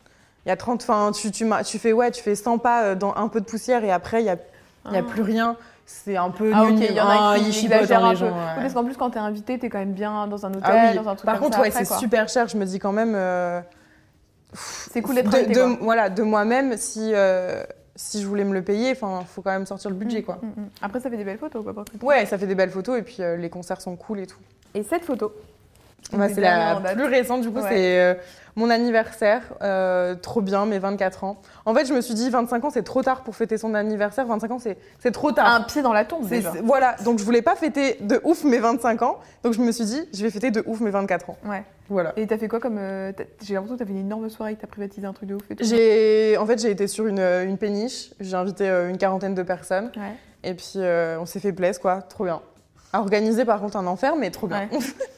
il y a trente, enfin, tu, tu, tu, fais, ouais, tu fais cent pas dans un peu de poussière et après, il n'y a, ah. a plus rien. C'est un peu ah, ok, il y en a qui exagèrent un peu. Gens, ouais. Parce qu'en plus, quand t'es invité, t'es quand même bien dans un hôtel, ah oui. dans un truc Par comme contre, ça ouais, après, c'est super cher. Je me dis quand même... Euh, c'est cool d'être de, invité, de, quoi. Voilà, de moi-même, si, euh, si je voulais me le payer, il faut quand même sortir le budget, mmh, quoi. Mmh, mmh. Après, ça fait des belles photos, quoi. Ouais, ça fait des belles photos et puis euh, les concerts sont cool et tout. Et cette photo bah, c'est la plus récente, du coup, ouais. c'est euh, mon anniversaire. Euh, trop bien, mes vingt-quatre ans. En fait, je me suis dit, vingt-cinq ans, c'est trop tard pour fêter son anniversaire. vingt-cinq ans, c'est trop tard. Un pied dans la tombe, déjà. Voilà, donc je voulais pas fêter de ouf mes vingt-cinq ans. Donc je me suis dit, je vais fêter de ouf mes vingt-quatre ans. Ouais. Voilà. Et t'as fait quoi comme... Euh, j'ai l'impression que t'as fait une énorme soirée, que t'as privatisé un truc de ouf et tout. J'ai, en fait, j'ai été sur une, une péniche. J'ai invité euh, une quarantaine de personnes. Ouais. Et puis, euh, on s'est fait plaisir, quoi. Trop bien. À organiser, par contre, un enfer, mais trop bien. Ouais.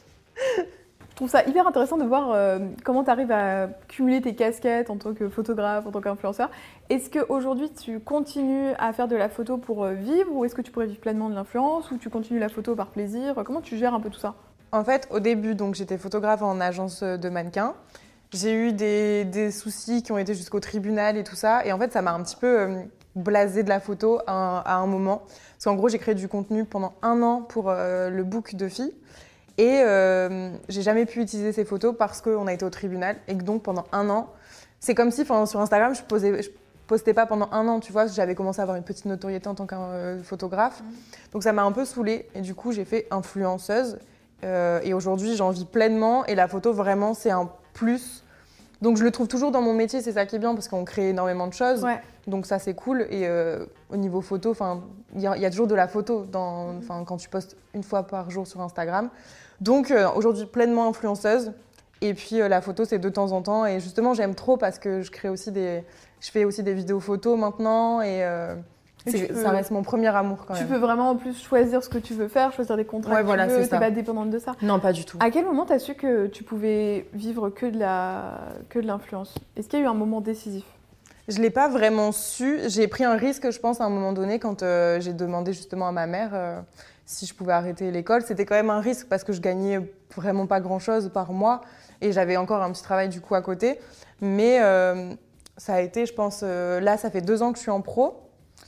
Je trouve ça hyper intéressant de voir euh, comment tu arrives à cumuler tes casquettes en tant que photographe, en tant qu'influenceur. Est-ce qu'aujourd'hui, tu continues à faire de la photo pour vivre ou est-ce que tu pourrais vivre pleinement de l'influence ou tu continues la photo par plaisir? Comment tu gères un peu tout ça? En fait, au début, donc, j'étais photographe en agence de mannequins. J'ai eu des, des soucis qui ont été jusqu'au tribunal et tout ça. Et en fait, ça m'a un petit peu euh, blasé de la photo à, à un moment. Parce qu'en gros, j'ai créé du contenu pendant un an pour euh, le book de filles. Et euh, j'ai jamais pu utiliser ces photos parce qu'on a été au tribunal et que donc pendant un an, c'est comme si sur Instagram, je, posais, je postais pas pendant un an, tu vois, j'avais commencé à avoir une petite notoriété en tant que euh, photographe. Mmh. Donc ça m'a un peu saoulée et du coup j'ai fait influenceuse euh, et aujourd'hui j'en vis pleinement et la photo vraiment c'est un plus. Donc je le trouve toujours dans mon métier, c'est ça qui est bien parce qu'on crée énormément de choses. Ouais. Donc ça c'est cool et euh, au niveau photo, il y, y a toujours de la photo dans, mmh. quand tu postes une fois par jour sur Instagram. Donc euh, aujourd'hui pleinement influenceuse et puis euh, la photo c'est de temps en temps et justement j'aime trop parce que je crée aussi des, je fais aussi des vidéos photos maintenant et, euh, et peux, ça reste mon premier amour quand même. Tu peux vraiment en plus choisir ce que tu veux faire, choisir des contrats ouais, que voilà, tu veux, t'es pas dépendante de ça. Non pas du tout. À quel moment t'as su que tu pouvais vivre que de la, que de l'influence? Est-ce qu'il y a eu un moment décisif? Je l'ai pas vraiment su, j'ai pris un risque je pense à un moment donné quand euh, j'ai demandé justement à ma mère euh, si je pouvais arrêter l'école. C'était quand même un risque parce que je gagnais vraiment pas grand-chose par mois et j'avais encore un petit travail du coup à côté. Mais euh, ça a été, je pense, euh, là ça fait deux ans que je suis en pro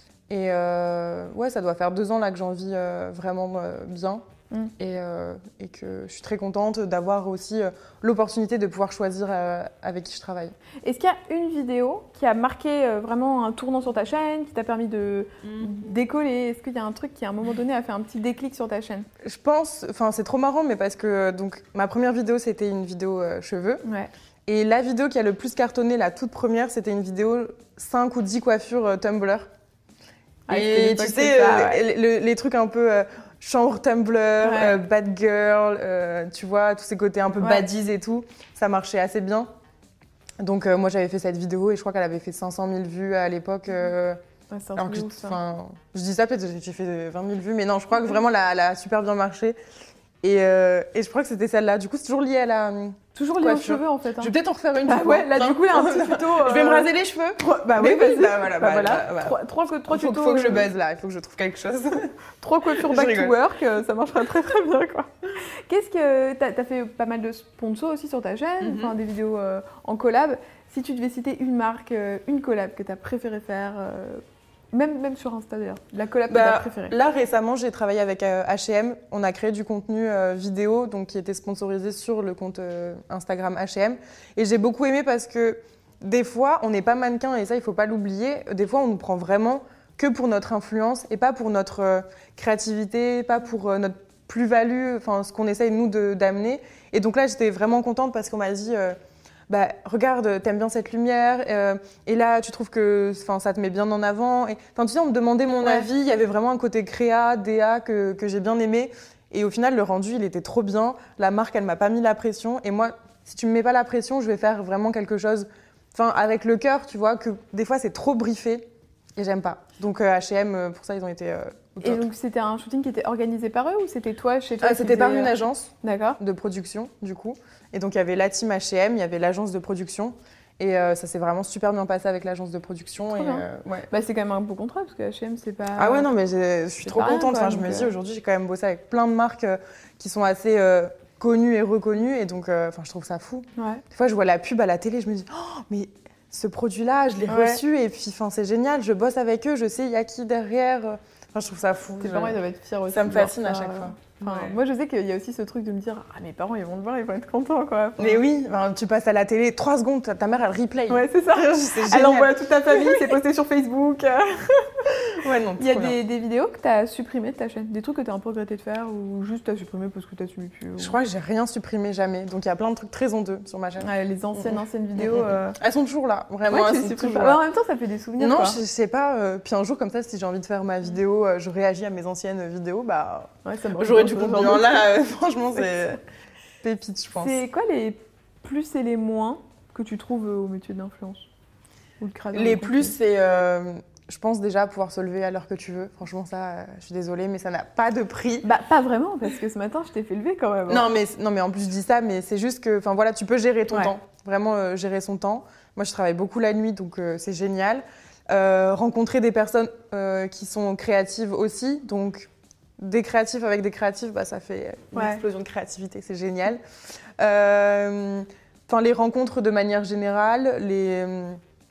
et euh, ouais, ça doit faire deux ans là que j'en vis euh, vraiment euh, bien. Mmh. Et, euh, et que je suis très contente d'avoir aussi euh, l'opportunité de pouvoir choisir euh, avec qui je travaille. Est-ce qu'il y a une vidéo qui a marqué euh, vraiment un tournant sur ta chaîne, qui t'a permis de mmh. décoller? Est-ce qu'il y a un truc qui à un moment donné a fait un petit déclic sur ta chaîne? Je pense, enfin c'est trop marrant, mais parce que donc, ma première vidéo c'était une vidéo euh, cheveux. Ouais. Et la vidéo qui a le plus cartonné, la toute première, c'était une vidéo cinq ou dix coiffures euh, Tumblr. Ah, et tu sais, ça, ouais. les, les trucs un peu... Euh, chambre Tumblr, ouais. euh, bad girl, euh, tu vois, tous ces côtés un peu ouais. baddies et tout, ça marchait assez bien. Donc euh, moi j'avais fait cette vidéo et je crois qu'elle avait fait cinq cent mille vues à l'époque. Euh, ouais, c'est un truc ouf, ça. Je dis ça, peut-être j'ai fait vingt mille vues, mais non, je crois que vraiment elle a super bien marché. Et, euh, et je crois que c'était celle-là. Du coup, c'est toujours lié à la. Toujours lié aux cheveux en fait. Hein. Je vais peut-être en refaire une. Bah ouais, là du coup, il y a un petit tuto. Euh... Je vais me raser les cheveux. Trois... Bah oui, vas-y. Bah voilà, bah, bah, voilà. Bah, bah, trois, trois, trois il faut, tutos. Il faut que je buzz là, il faut que je trouve quelque chose. Trois coiffures back to work, ça marchera très très bien quoi. Qu'est-ce que. T'as as fait pas mal de sponsors aussi sur ta chaîne, mm-hmm. enfin des vidéos euh, en collab. Si tu devais citer une marque, euh, une collab que t'as préféré faire, euh, Même, même sur Insta d'ailleurs, la collab bah, que t'as préférée. Là récemment j'ai travaillé avec euh, H et M, on a créé du contenu euh, vidéo donc, qui était sponsorisé sur le compte euh, Instagram H et M et j'ai beaucoup aimé parce que des fois on n'est pas mannequin et ça il ne faut pas l'oublier, des fois on nous prend vraiment que pour notre influence et pas pour notre euh, créativité, pas pour euh, notre plus-value, enfin ce qu'on essaye nous de, d'amener et donc là j'étais vraiment contente parce qu'on m'a dit euh, bah, regarde, t'aimes bien cette lumière, euh, et là, tu trouves que ça te met bien en avant. Et, tu sais, on me demandait mon ouais. avis, il y avait vraiment un côté créa, D A que, que j'ai bien aimé. Et au final, le rendu, il était trop bien. La marque, elle m'a pas mis la pression. Et moi, si tu me mets pas la pression, je vais faire vraiment quelque chose avec le cœur, tu vois, que des fois, c'est trop briefé. Et j'aime pas. Donc euh, H et M, pour ça, ils ont été euh, au top. Et donc, c'était un shooting qui était organisé par eux ou c'était toi, chez toi euh, C'était par une agence D'accord. de production, du coup. Et donc, il y avait la team H et M, il y avait l'agence de production. Et euh, ça s'est vraiment super bien passé avec l'agence de production. Et, euh, ouais. bah, c'est quand même un beau contrat parce que H et M, c'est pas... Ah ouais, non, mais je suis trop contente. Rien, quoi, enfin, je me dis, aujourd'hui, j'ai quand même bossé avec plein de marques euh, qui sont assez euh, connues et reconnues. Et donc, euh, je trouve ça fou. Ouais. Des fois, je vois la pub à la télé, je me dis, oh, mais... ce produit-là, je l'ai Ouais. reçu et puis enfin, c'est génial, je bosse avec eux, je sais il y a qui derrière. Enfin, je trouve ça fou. Tes je- parents, ils doivent être fiers aussi. Ça me de voir fascine à ça, chaque euh. fois. Enfin, Ouais. Moi, je sais qu'il y a aussi ce truc de me dire ah, mes parents, ils vont te voir, ils vont être contents, quoi. Enfin, Mais oui, enfin, tu passes à la télé, trois secondes, ta ta mère, elle replay. Ouais, c'est ça. C'est Elle génial. envoie à toute ta famille, c'est posté sur Facebook. Ouais, non, Il y a trop bien. des, des vidéos que tu as supprimées de ta chaîne, des trucs que tu as un peu regretté de faire ou juste tu as supprimé parce que tu n'assumais plus. ou- Je crois que j'ai rien supprimé jamais, donc il y a plein de trucs très honteux sur ma chaîne. Ouais, les anciennes, Mhm. anciennes vidéos. Mhm. euh, Elles sont toujours là, vraiment, ouais, tu elles les sont supprimes toujours pas. là. En même temps, ça fait des souvenirs. Non, quoi. je, je sais pas. euh, puis un jour comme ça, si j'ai envie de faire ma vidéo, euh, je réagis à mes anciennes vidéos, bah Ouais, ça me j'aurais rejoint, du ce genre contenu. de Là, euh, franchement, c'est pépite, je pense. C'est quoi les plus et les moins que tu trouves euh, au métier d'influence ou le créateur Les de plus, contenu c'est, euh, je pense déjà pouvoir se lever à l'heure que tu veux. Franchement, ça, euh, je suis désolée, mais ça n'a pas de prix. Bah, pas vraiment, parce que ce matin, je t'ai fait lever quand même. hein. Non mais, non, mais en plus, je dis ça, mais c'est juste que, enfin voilà, tu peux gérer ton Ouais. temps. Vraiment euh, gérer son temps. Moi, je travaille beaucoup la nuit, donc euh, c'est génial. Euh, rencontrer des personnes euh, qui sont créatives aussi, donc des créatifs avec des créatifs, bah, ça fait une Ouais. explosion de créativité, c'est génial. Euh, Enfin, les rencontres de manière générale, les, euh,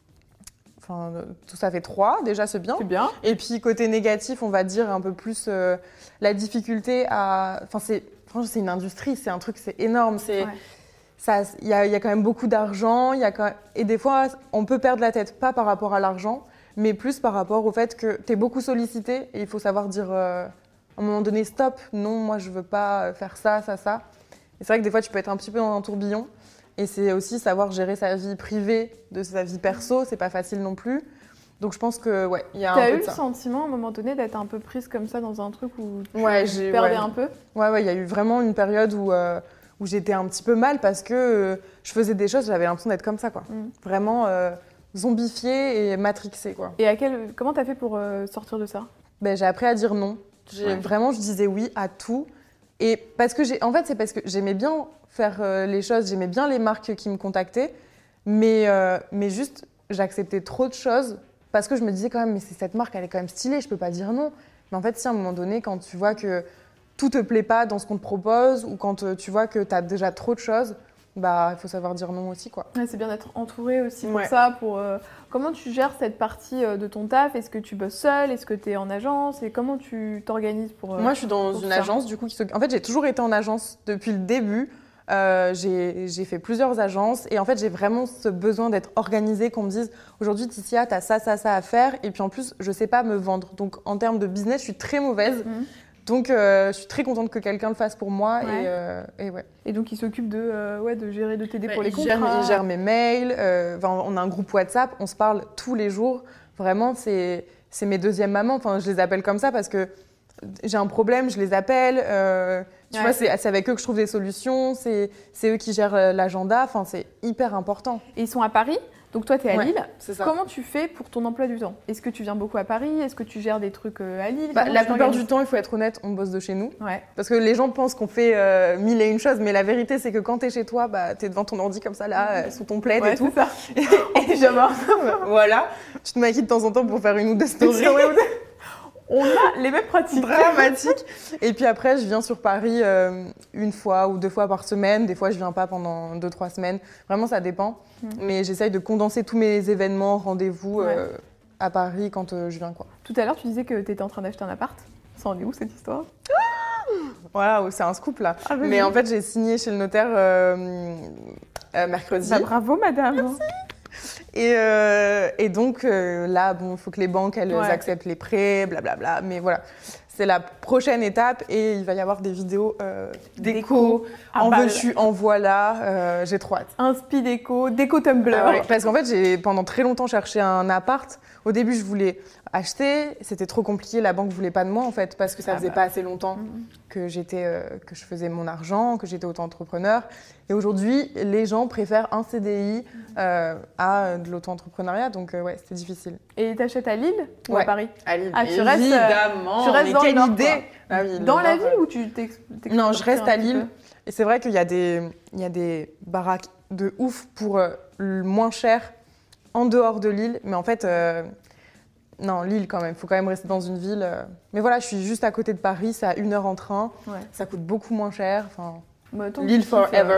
enfin, euh, tout ça fait trois, déjà c'est bien. C'est bien. Et puis côté négatif, on va dire un peu plus euh, la difficulté à. Enfin, c'est franchement, c'est une industrie, c'est un truc, c'est énorme. C'est Ouais. ça, il y, a- il y a quand même beaucoup d'argent, il y a quand même- et des fois, on peut perdre la tête, pas par rapport à l'argent, mais plus par rapport au fait que tu es beaucoup sollicité et il faut savoir dire euh, à un moment donné stop, non, moi je veux pas faire ça, ça, ça. Et c'est vrai que des fois, tu peux être un petit peu dans un tourbillon. Et c'est aussi savoir gérer sa vie privée de sa vie perso, c'est pas facile non plus. Donc je pense que ouais, il y a un T'as peu eu de le ça. sentiment à un moment donné d'être un peu prise comme ça dans un truc où tu Ouais, j'ai- perdais ouais. un peu Ouais, ouais, il y a eu vraiment une période où, euh, où j'étais un petit peu mal parce que euh, je faisais des choses, j'avais l'impression d'être comme ça, quoi. Mm. Vraiment euh, zombifiée et matrixée, quoi. Et à quel... comment t'as fait pour euh, sortir de ça Ben, j'ai appris à dire non. J'ai- Ouais. Vraiment, je disais oui à tout. Et parce que j'ai, en fait, c'est parce que j'aimais bien faire euh, les choses, j'aimais bien les marques qui me contactaient, mais, euh, mais juste, j'acceptais trop de choses parce que je me disais quand même, mais c'est cette marque, elle est quand même stylée, je peux pas dire non. Mais en fait, si à un moment donné, quand tu vois que tout te plaît pas dans ce qu'on te propose ou quand euh, tu vois que tu as déjà trop de choses, bah, il faut savoir dire non aussi, quoi. Ouais, c'est bien d'être entourée aussi pour Ouais. ça. Pour, euh, comment tu gères cette partie euh, de ton taf? Est-ce que tu bosses seule? Est-ce que tu es en agence? Et comment tu t'organises pour... euh, Moi, je suis dans pour une ça. agence, du coup, qui s'occupe- En fait, j'ai toujours été en agence depuis le début. Euh, j'ai j'ai fait plusieurs agences et en fait, j'ai vraiment ce besoin d'être organisée, qu'on me dise aujourd'hui, Ticia, t'as ça, ça, ça à faire. Et puis en plus, je sais pas me vendre. Donc, en termes de business, je suis très mauvaise. Mhm. Donc, euh, je suis très contente que quelqu'un le fasse pour moi. Ouais. Et, euh, et ouais. Et donc, il s'occupe de, euh, ouais, de gérer, de t'aider pour les il, gère, contrats. il gère mes mails. euh, enfin, on a un groupe WhatsApp, on se parle tous les jours. Vraiment, c'est c'est mes deuxièmes mamans. Enfin, je les appelle comme ça parce que j'ai un problème, je les appelle. euh, tu Ouais. vois, c'est c'est avec eux que je trouve des solutions. C'est c'est eux qui gèrent euh, l'agenda. Enfin, c'est hyper important. Et ils sont à Paris, donc toi, tu es à Ouais, Lille. c'est ça. Comment tu fais pour ton emploi du temps? Est-ce que tu viens beaucoup à Paris? Est-ce que tu gères des trucs euh, à Lille? Bah, Comment la tu plupart t'organises? du temps, il faut être honnête, on bosse de chez nous. Ouais. Parce que les gens pensent qu'on fait euh, mille et une choses, mais la vérité, c'est que quand t'es chez toi, bah, t'es devant ton ordi comme ça, là, euh, sous ton plaid Ouais, et tout. c'est ça. En pyjama. Voilà. Tu te maquilles de temps en temps pour faire une ou deux stories. On a les mêmes pratiques. Dramatique. Et puis après, je viens sur Paris euh, une fois ou deux fois par semaine. Des fois, je viens pas pendant deux, trois semaines. Vraiment, ça dépend. Mm. Mais j'essaye de condenser tous mes événements, rendez-vous euh, à Paris quand euh, je viens, quoi. Tout à l'heure, tu disais que tu étais en train d'acheter un appart. Ça en est où cette histoire? Voilà, c'est un scoop là. Ah, vas-y. Mais en fait, j'ai signé chez le notaire euh, euh, mercredi. Bah, bravo, madame. Et, euh, et donc euh, là, bon, il faut que les banques elles Ouais. acceptent les prêts, blablabla. Mais voilà, c'est la prochaine étape et il va y avoir des vidéos euh, déco. Déco. Ah, En bah, veux-tu, en voilà. euh, j'ai trop hâte. Inspi déco, déco Tumblr. Ah ouais, parce qu'en fait, j'ai pendant très longtemps cherché un appart. Au début, je voulais acheter. C'était trop compliqué. La banque voulait pas de moi en fait parce que ça Ah faisait bah. pas assez longtemps Mhm. que j'étais, euh, que je faisais mon argent, que j'étais auto-entrepreneur. Et aujourd'hui, les gens préfèrent un C D I euh, à de l'auto-entrepreneuriat. Donc euh, ouais, c'était difficile. Et t'achètes à Lille ou à Ouais. Paris? À Lille, Ah, tu restes, euh, évidemment. tu restes mais dans le quelle Nord, idée quoi. Ah oui, Dans le la Nord, ville euh, ou tu t'ex- t'exportes Non, je reste un à petit Lille. peu? Et c'est vrai qu'il y a des, il y a des baraques de ouf pour euh, le moins cher en dehors de Lille. Mais en fait, euh, non, Lille quand même. Il faut quand même rester dans une ville. euh. Mais voilà, je suis juste à côté de Paris. C'est à une heure en train. Ouais. Ça coûte beaucoup moins cher. Enfin, Bah, attends, Lille tu kiffes, forever. euh,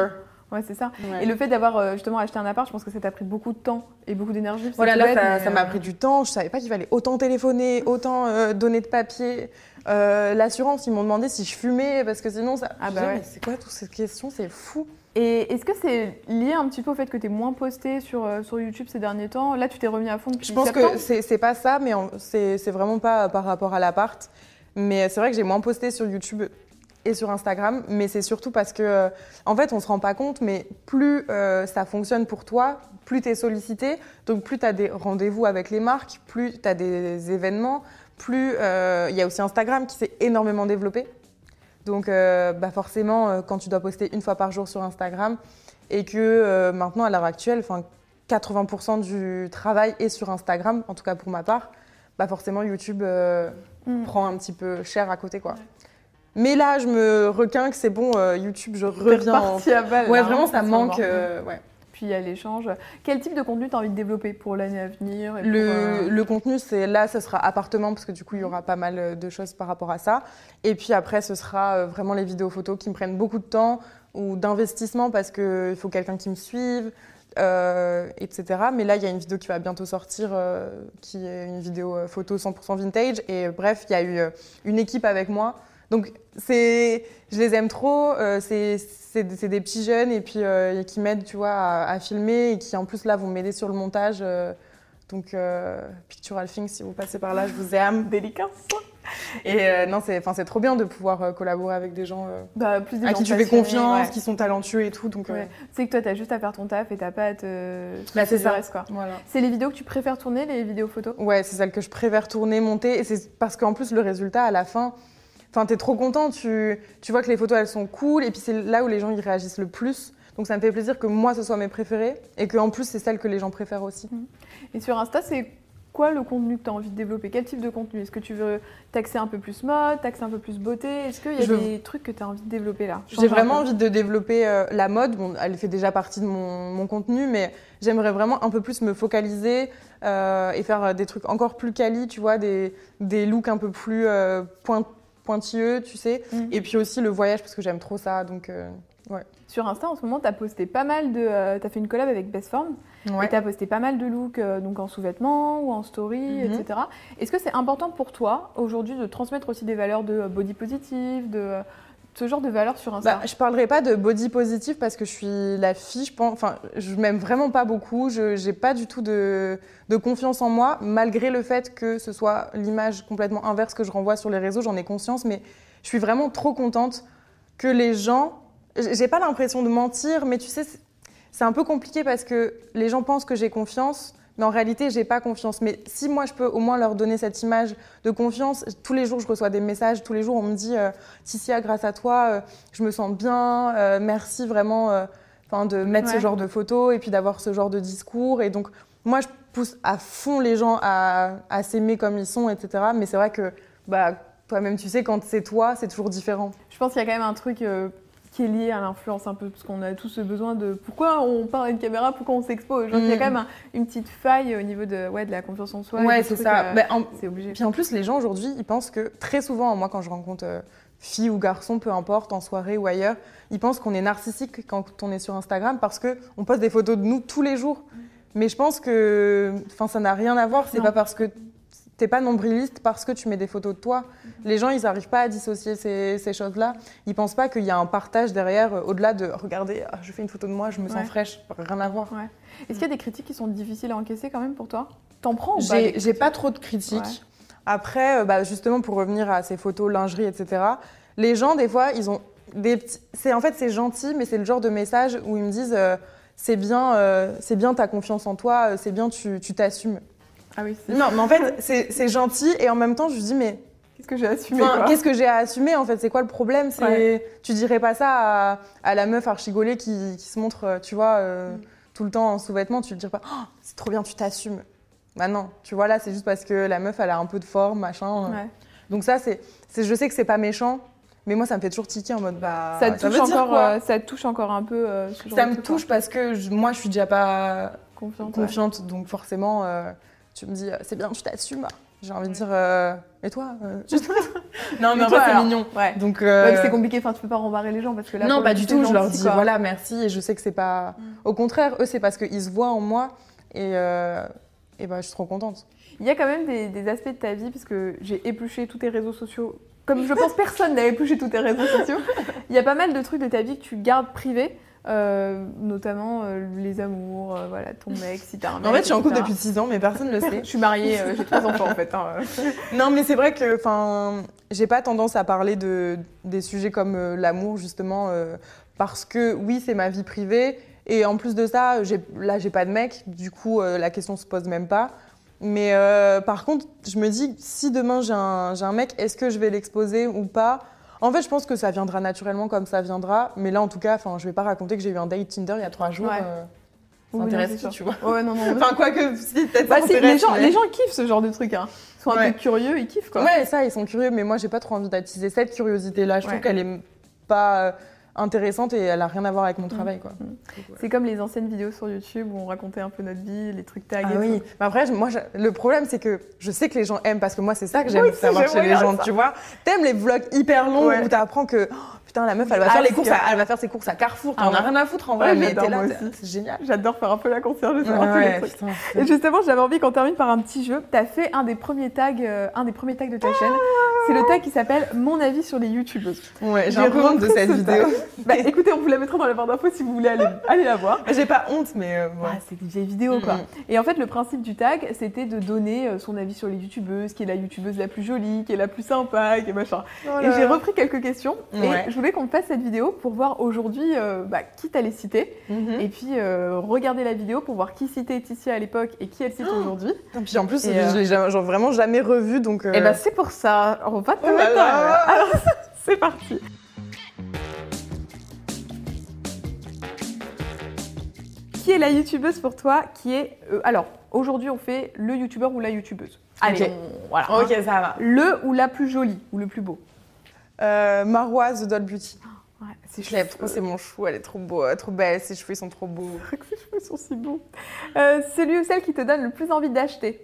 Ouais, c'est ça. Ouais. Et le fait d'avoir euh, justement acheté un appart, je pense que ça t'a pris beaucoup de temps et beaucoup d'énergie. Voilà, C'est là, tout bête, ça mais, ça m'a euh, pris du temps. Je savais pas qu'il fallait autant téléphoner, autant euh, donner de papier. Euh, L'assurance, ils m'ont demandé si je fumais, parce que sinon, ça. Ah Je bah disais, ouais. mais c'est quoi toutes ces questions? C'est fou. Et est-ce que c'est lié un petit peu au fait que tu es moins posté sur, euh, sur YouTube ces derniers temps? Là, tu t'es remis à fond depuis Je pense septembre. que c'est c'est pas ça, mais en- c'est c'est vraiment pas par rapport à l'appart. Mais c'est vrai que j'ai moins posté sur YouTube et sur Instagram, mais c'est surtout parce que, euh, en fait, on se rend pas compte, mais plus euh, ça fonctionne pour toi, plus tu es sollicité, donc plus tu as des rendez-vous avec les marques, plus tu as des événements, plus euh, il y a aussi Instagram qui s'est énormément développé. Donc euh, bah forcément, euh, quand tu dois poster une fois par jour sur Instagram et que euh, maintenant, à l'heure actuelle, enfin, quatre-vingts pour cent du travail est sur Instagram, en tout cas pour ma part, bah forcément YouTube euh, Mm. prend un petit peu cher à côté, quoi. Mais là, je me requinque, c'est bon, euh, YouTube, je T'es reviens. En... reparti à balle. Ouais, là, vraiment, hein, ça en ce manque. moment. euh, ouais. Puis il y a l'échange. Quel type de contenu tu as envie de développer pour l'année à venir et pour, Le, euh, le contenu, c'est là, ce sera appartement, parce que du coup, il y aura pas mal de choses par rapport à ça. Et puis après, ce sera euh, vraiment les vidéos photos qui me prennent beaucoup de temps ou d'investissement parce qu'il faut quelqu'un qui me suive, euh, et cetera. Mais là, il y a une vidéo qui va bientôt sortir, euh, qui est une vidéo euh, photo cent pour cent vintage. Et euh, bref, il y a eu euh, une équipe avec moi. Donc, c'est, je les aime trop. Euh, c'est, c'est, c'est des petits jeunes et puis euh, qui m'aident, tu vois, à, à filmer et qui en plus là vont m'aider sur le montage. Euh, donc, euh, Pictural Things, si vous passez par là, je vous aime. délicat. Et euh, non, c'est, enfin, c'est trop bien de pouvoir euh, collaborer avec des gens euh, Bah, plus des à gens qui tu fais passionnés, confiance, ouais. qui sont talentueux et tout. Donc, euh, Ouais. Tu sais que toi, t'as juste à faire ton taf et t'as pas à te. Bah, c'est du ça. reste, quoi. voilà. C'est les vidéos que tu préfères tourner, les vidéos photos? Ouais, c'est celle que je préfère tourner, monter. Et c'est parce qu'en plus, le résultat, à la fin, enfin, t'es trop content. Tu, tu vois que les photos, elles sont cool. Et puis, c'est là où les gens ils réagissent le plus. Donc, ça me fait plaisir que moi, ce soit mes préférées. Et qu'en plus, c'est celles que les gens préfèrent aussi. Et sur Insta, c'est quoi le contenu que tu as envie de développer? Quel type de contenu? Est-ce que tu veux taxer un peu plus mode, taxer un peu plus beauté? Est-ce qu'il y a Je veux- des trucs que tu as envie de développer là? J'ai Change un vraiment peu. envie de développer euh, la mode. Bon, elle fait déjà partie de mon, mon contenu, mais j'aimerais vraiment un peu plus me focaliser euh, et faire euh, des trucs encore plus quali, tu vois, des, des looks un peu plus euh, point- pointilleux, tu sais. Mhm. Et puis aussi le voyage, parce que j'aime trop ça. Donc, euh, ouais. Sur Insta, en ce moment, tu as posté pas mal de. Euh, tu as fait une collab avec Best Form Ouais. et tu as posté pas mal de looks euh, donc en sous-vêtements ou en story, Mhm. et cetera. Est-ce que c'est important pour toi aujourd'hui de transmettre aussi des valeurs de euh, body positive, de euh, ce genre de valeurs sur Insta? Bah, je parlerai pas de body positive parce que je suis la fille, je pense. Enfin, je m'aime vraiment pas beaucoup. Je j'ai pas du tout de, de confiance en moi, malgré le fait que ce soit l'image complètement inverse que je renvoie sur les réseaux. J'en ai conscience, mais je suis vraiment trop contente que les gens. J'ai pas l'impression de mentir, mais tu sais, c'est- c'est un peu compliqué parce que les gens pensent que j'ai confiance. Mais en réalité, j'ai pas confiance. Mais si moi, je peux au moins leur donner cette image de confiance, tous les jours, je reçois des messages. Tous les jours, on me dit euh, « Ticia, grâce à toi, euh, je me sens bien. Euh, merci vraiment euh, enfin, de mettre Ouais. ce genre de photos et puis d'avoir ce genre de discours. » Et donc, moi, je pousse à fond les gens à, à s'aimer comme ils sont, et cetera. Mais c'est vrai que bah, toi-même, tu sais, quand c'est toi, c'est toujours différent. Je pense qu'il y a quand même un truc euh, qui est lié à l'influence un peu, parce qu'on a tous ce besoin de pourquoi on parle à une caméra, pourquoi on s'expose. Je pense qu'il y a Mm. quand même un- une petite faille au niveau de, ouais, de la confiance en soi. et Ouais, des c'est trucs, ça. euh, Bah, en- c'est obligé. Puis en plus, les gens aujourd'hui, ils pensent que très souvent, moi quand je rencontre euh, filles ou garçons, peu importe, en soirée ou ailleurs, ils pensent qu'on est narcissique quand on est sur Instagram parce qu'on poste des photos de nous tous les jours. Mais je pense que ça n'a rien à voir. C'est Non. pas parce que t'es pas nombriliste parce que tu mets des photos de toi. Les gens, ils n'arrivent pas à dissocier ces, ces choses-là. Ils pensent pas qu'il y a un partage derrière, euh, au-delà de « regardez, ah, je fais une photo de moi, je me Ouais. sens fraîche ». Rien à voir. Ouais. Est-ce qu'il y a des critiques qui sont difficiles à encaisser quand même pour toi? T'en prends ou pas des J'ai j'ai critiques pas trop de critiques. Ouais. Après, euh, bah, justement, pour revenir à ces photos, lingerie, et cetera, les gens, des fois, ils ont des petits... c'est, en fait, c'est gentil, mais c'est le genre de message où ils me disent euh, c'est bien, euh, c'est bien, t'as confiance en toi, euh, c'est bien, tu tu t'assumes. Ah oui, c'est... Non, mais en fait, c'est c'est gentil, et en même temps, je me dis, mais Qu'est-ce que j'ai assumé enfin, quoi. qu'est-ce que j'ai à assumer, en fait? C'est quoi le problème? C'est Ouais. Tu dirais pas ça à, à la meuf archigolée qui, qui se montre, euh, tu vois, euh, Mm. tout le temps en sous-vêtements, tu te dirais pas oh, c'est trop bien, tu t'assumes. Bah non, tu vois, là, c'est juste parce que la meuf, elle a un peu de forme, machin. Ouais. Donc ça, c'est, c'est, je sais que c'est pas méchant, mais moi, ça me fait toujours tiquer en mode, bah, Ça te touche veut dire encore, quoi euh, ça te touche encore un peu. euh, ce genre Ça de me truc, touche quoi. parce que je- moi, je suis déjà pas Confiante. ouais. confiante, donc forcément, euh, tu me dis, euh, c'est bien, tu t'assumes. J'ai envie de dire, euh, et toi euh, juste... Non, mais Et en toi, vrai, c'est alors mignon. Ouais. Donc, Ouais, euh... mais c'est compliqué, enfin, tu peux pas rembarrer les gens parce que là. non, pour pas le du coup, tout. c'est Je leur gentil, dis, quoi. voilà, merci. Et je sais que c'est pas. Mm. Au contraire, eux, c'est parce qu'ils se voient en moi. Et, euh... et bah, je suis trop contente. Il y a quand même des, des aspects de ta vie, parce que j'ai épluché tous tes réseaux sociaux. Comme je pense personne n'a épluché tous tes réseaux sociaux. Il y a pas mal de trucs de ta vie que tu gardes privés. Euh, notamment euh, les amours, euh, voilà, ton mec, si t'as un mec. En fait, je suis en couple et cetera. depuis six ans, mais personne ne le sait. Je suis mariée, euh, j'ai trois enfants en fait. Hein. Non, mais c'est vrai que, enfin, j'ai pas tendance à parler de des sujets comme euh, l'amour justement, euh, parce que oui, c'est ma vie privée, et en plus de ça, j'ai, là, j'ai pas de mec, du coup, euh, la question se pose même pas. Mais euh, par contre, je me dis, si demain j'ai un, j'ai un mec, est-ce que je vais l'exposer ou pas ? En fait, je pense que ça viendra naturellement comme ça viendra. Mais là, en tout cas, je vais pas raconter que j'ai eu un date Tinder il y a trois jours. Ouais. Euh, ça Oui, intéresse non, qui, c'est tu vois. Ouais, non, non. Enfin, quoi que, si, peut-être Bah, ça si, m'intéresse, les, gens, mais- les gens kiffent ce genre de truc. Hein. Ils sont un Ouais. peu curieux, ils kiffent quoi. Ouais, ça, ils sont curieux. Mais moi, j'ai pas trop envie d'attiser cette curiosité-là. Je Ouais. trouve qu'elle est pas euh, intéressante et elle a rien à voir avec mon travail, quoi. Mm. Donc, ouais. C'est comme les anciennes vidéos sur YouTube où on racontait un peu notre vie, les trucs tags Ah et oui, tout. mais après, je- moi, je- le problème, c'est que je sais que les gens aiment, parce que moi, c'est ça que j'aime Moi aussi, savoir j'aime chez les gens, regarder ça. tu vois. T'aimes les vlogs hyper longs Ouais. où t'apprends que, oh, putain, la meuf, elle va, Ah, faire les c'est courses vrai. à- elle va faire ses courses à Carrefour, Ah t'en as ouais. rien à foutre en vrai, Ouais, mais j'adore, t'es là, moi t'es- aussi. c'est génial. J'adore faire un peu la concierge de Ouais, savoir tous les ouais, trucs. putain, Et justement, j'avais envie qu'on termine par un petit jeu. T'as fait un des premiers tags, euh, un des premiers tags de ta chaîne. C'est le tag qui s'appelle Mon avis sur les youtubeuses. Ouais, j'ai J'ai un peu honte de repris cette ce vidéo. tag. Bah écoutez, on vous la mettra dans la barre d'infos si vous voulez aller, aller la voir. J'ai pas honte, mais euh, bon. Ah, c'est des vieilles vidéos quoi. Mhm. Et en fait, le principe du tag, c'était de donner euh, son avis sur les youtubeuses, qui est la youtubeuse la plus jolie, qui est la plus sympa, qui est machin. Oh Et là j'ai là. repris quelques questions Ouais. et je voulais qu'on fasse cette vidéo pour voir aujourd'hui euh, bah, qui t'allait citer. Mhm. Et puis euh, regarder la vidéo pour voir qui citait Ticia à l'époque et qui elle cite aujourd'hui. Et puis en plus, Et, je euh, l'ai jamais- genre, vraiment jamais revu, donc. euh, Et bah c'est pour ça, on va te Oh là mettre là. un- Alors c'est parti. Qui est la youtubeuse pour toi qui est... euh, alors, aujourd'hui on fait le youtubeur ou la youtubeuse. Allez, Ok. on- voilà. Ok, ça va. Le ou la plus jolie ou le plus beau. Euh, Marwa, The Doll Beauty. Ouais, ses Je l'aime trop, c'est mon chou, elle est trop beau, euh, trop belle, ses cheveux ils sont trop beaux. C'est vrai que ses cheveux sont si beaux. Euh, celui ou celle qui te donne le plus envie d'acheter.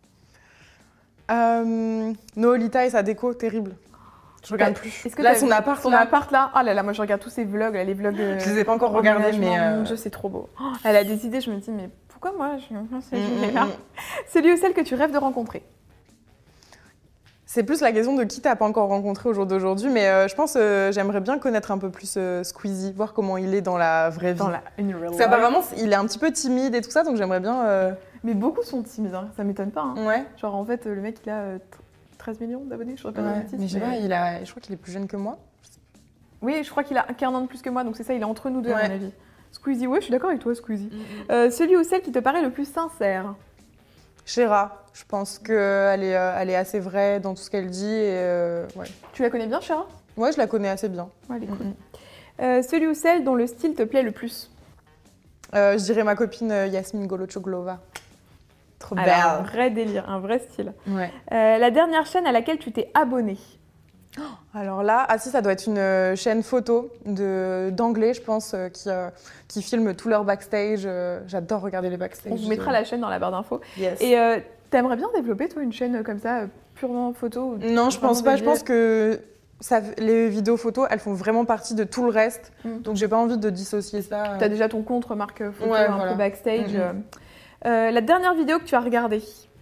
Euh, Noolita et sa déco, terrible. Je regarde Bah, plus. Est-ce que Là, t'as son vu appart, son là. appart là. Ah là là, moi je regarde tous ses vlogs, là, les vlogs. euh, Je les ai pas encore regardés, mais. emménagement. euh, Mon Dieu, c'est trop beau. Oh, elle a des idées, je me dis, mais pourquoi moi je c'est mm, mm, là. mm. Celui ou celle que tu rêves de rencontrer. C'est plus la question de qui t'as pas encore rencontré au jour d'aujourd'hui, mais euh, je pense euh, j'aimerais bien connaître un peu plus euh, Squeezie, voir comment il est dans la vraie vie. Dans la in real Parce life. qu'apparemment, il est un petit peu timide et tout ça, donc j'aimerais bien. euh, Mais beaucoup sont timides, hein, ça m'étonne pas. hein. Ouais. Genre en fait, le mec il a euh, treize millions d'abonnés, je saurais pas dire Ouais. de bêtises, Mais je sais mais- pas, il a... je crois qu'il est plus jeune que moi. Oui, je crois qu'il a qu'un an de plus que moi, donc c'est ça, il est entre nous deux à Ouais. mon avis. Squeezie, ouais, je suis d'accord avec toi, Squeezie. Euh, celui ou celle qui te paraît le plus sincère. Chéra, je pense qu'elle est, euh, elle est assez vraie dans tout ce qu'elle dit. Et, euh, ouais. Tu la connais bien, Chara? ouais, je la connais assez bien. Ouais, elle est cool. Mhm. Euh, celui ou celle dont le style te plaît le plus. Euh, je dirais ma copine euh, Yasmine Golochoglova. Trop Alors, un belle. vrai délire, un vrai style. Ouais. Euh, la dernière chaîne à laquelle tu t'es abonné. Alors là, ah si, ça doit être une euh, chaîne photo de d'anglais, je pense, euh, qui, euh, qui filme tout leur backstage. euh, J'adore regarder les backstage. On vous mettra la chaîne dans la barre d'infos. Yes. Et euh, t'aimerais bien développer, toi, une chaîne comme ça, euh, purement photo ou Non, je pense vraiment pas. Je dédiée pense que ça, les vidéos photos, elles font vraiment partie de tout le reste. Mm. Donc j'ai pas envie de dissocier ça. T'as déjà ton compte remarque photo, Ouais, un voilà. peu backstage. Mhm. euh. Euh, la dernière vidéo que tu as regardée.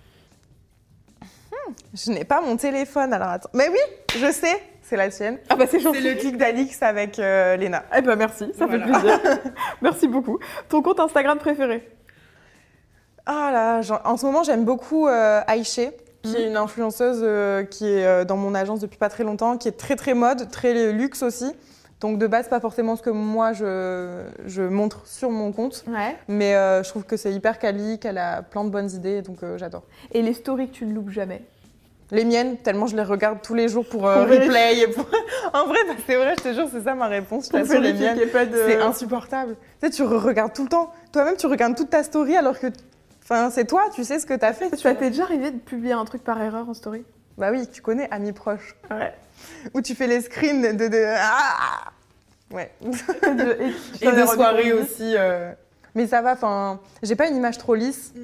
Je n'ai pas mon téléphone, alors attends. Mais oui, je sais, c'est la tienne. Ah bah c'est C'est le clic d'Alix avec euh, Léna. Eh ben merci, ça Voilà. fait plaisir. Merci beaucoup. Ton compte Instagram préféré? Ah là, genre, en ce moment, j'aime beaucoup euh, Aïché, qui est une influenceuse euh, qui est euh, dans mon agence depuis pas très longtemps, qui est très très mode, très luxe aussi. Donc de base, pas forcément ce que moi je, je montre sur mon compte, Ouais. mais euh, je trouve que c'est hyper quali, qu'elle a plein de bonnes idées, donc euh, j'adore. Et les stories que tu ne loupes jamais? Les miennes, tellement je les regarde tous les jours pour euh, Pour vérifier. replay. Et pour... en vrai, bah, c'est vrai, je te jure, c'est ça ma réponse. Je Pour t'assure, les vérifier miennes. qu'il y ait pas de... C'est insupportable. Tu sais, tu regardes tout le temps. Toi-même, tu regardes toute ta story alors que enfin, c'est toi, tu sais ce que t'as fait. tu Ça vois. t'est déjà arrivé de publier un truc par erreur en story? Bah oui, tu connais Amis proches. Ouais. Où tu fais les screens de... de... Ah ouais. Et, de, et tu Et t'en es de rendu soirée compte? aussi. euh. Mais ça va, enfin, j'ai pas une image trop lisse. Mm.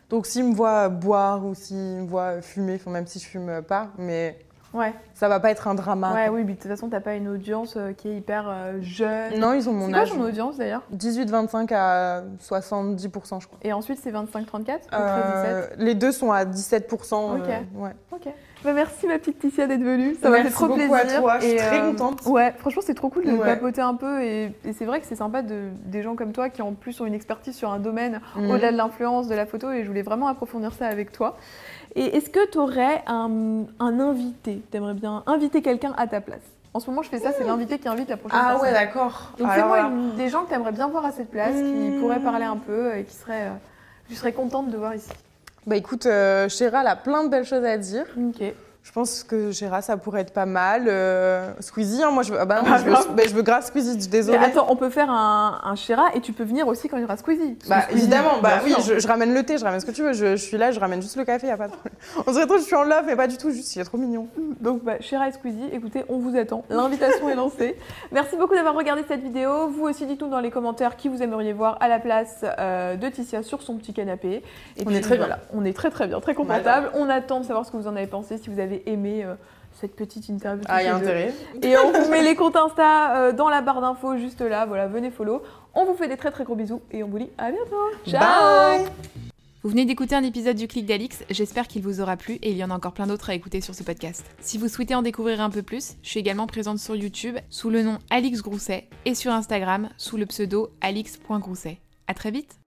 Donc s'ils me voient boire ou s'ils me voient fumer, enfin, même si je fume pas, mais Ouais. ça va pas être un drama. Ouais, quoi. oui, mais de toute façon, t'as pas une audience euh, qui est hyper euh, jeune. Non, ils ont C'est mon quoi âge. ton audience d'ailleurs? dix-huit vingt-cinq à soixante-dix pour cent, je crois. Et ensuite, c'est vingt-cinq trente-quatre ou Euh, treize dix-sept? les deux sont à dix-sept pour cent. Ok. euh, ouais. Ok. Bah, merci ma petite Ticia d'être venue. Ça m'a fait Merci trop beaucoup plaisir. à toi, je suis Et, très euh, contente. Ouais, franchement, c'est trop cool de Ouais. papoter un peu. Et, et c'est vrai que c'est sympa de, des gens comme toi qui en plus ont une expertise sur un domaine Mhm. au-delà de l'influence de la photo. Et je voulais vraiment approfondir ça avec toi. Et est-ce que tu aurais un, un invité? T'aimerais bien inviter quelqu'un à ta place? En ce moment, je fais ça, c'est l'invité qui invite la prochaine Ah personne. ouais, d'accord. Donc Alors fais-moi là- une- des gens que tu aimerais bien voir à cette place, qui Mmh. pourraient parler un peu et qui seraient, euh, je serais contente de voir ici. Bah écoute, euh, Chéra, elle a plein de belles choses à dire. Ok. Je pense que Chéra, ça pourrait être pas mal. Euh, Squeezie, hein, moi je veux, ah bah, non, Ah, je, veux, grave. bah, je veux grave Squeezie, Mais désolée. attends, on peut faire un, un Shira et tu peux venir aussi quand il y aura Squeezie. Parce que Bah Squeezie, évidemment, bah bien oui, sûr. je, je ramène le thé, je ramène ce que tu veux. Je, je suis là, je ramène juste le café, y a pas de problème. On dirait trop que je suis en love, mais pas du tout, juste il est trop mignon. Donc bah, Shira et Squeezie, écoutez, on vous attend. L'invitation est lancée. Merci beaucoup d'avoir regardé cette vidéo. Vous aussi, dites-nous dans les commentaires qui vous aimeriez voir à la place euh, de Ticia sur son petit canapé. Et On est très bien. voilà, on est très très bien, très confortable. On attend de savoir ce que vous en avez pensé, si vous avez aimé euh, cette petite interview. Ah, y a toutes les deux. intérêt. Et on vous met les comptes Insta euh, dans la barre d'infos juste là. Voilà, venez follow. On vous fait des très très gros bisous et on vous dit à bientôt. Ciao. Bye. Vous venez d'écouter un épisode du Clic d'Alix, j'espère qu'il vous aura plu et il y en a encore plein d'autres à écouter sur ce podcast. Si vous souhaitez en découvrir un peu plus, je suis également présente sur YouTube sous le nom Alix Grousset et sur Instagram sous le pseudo alix point grousset. À très vite.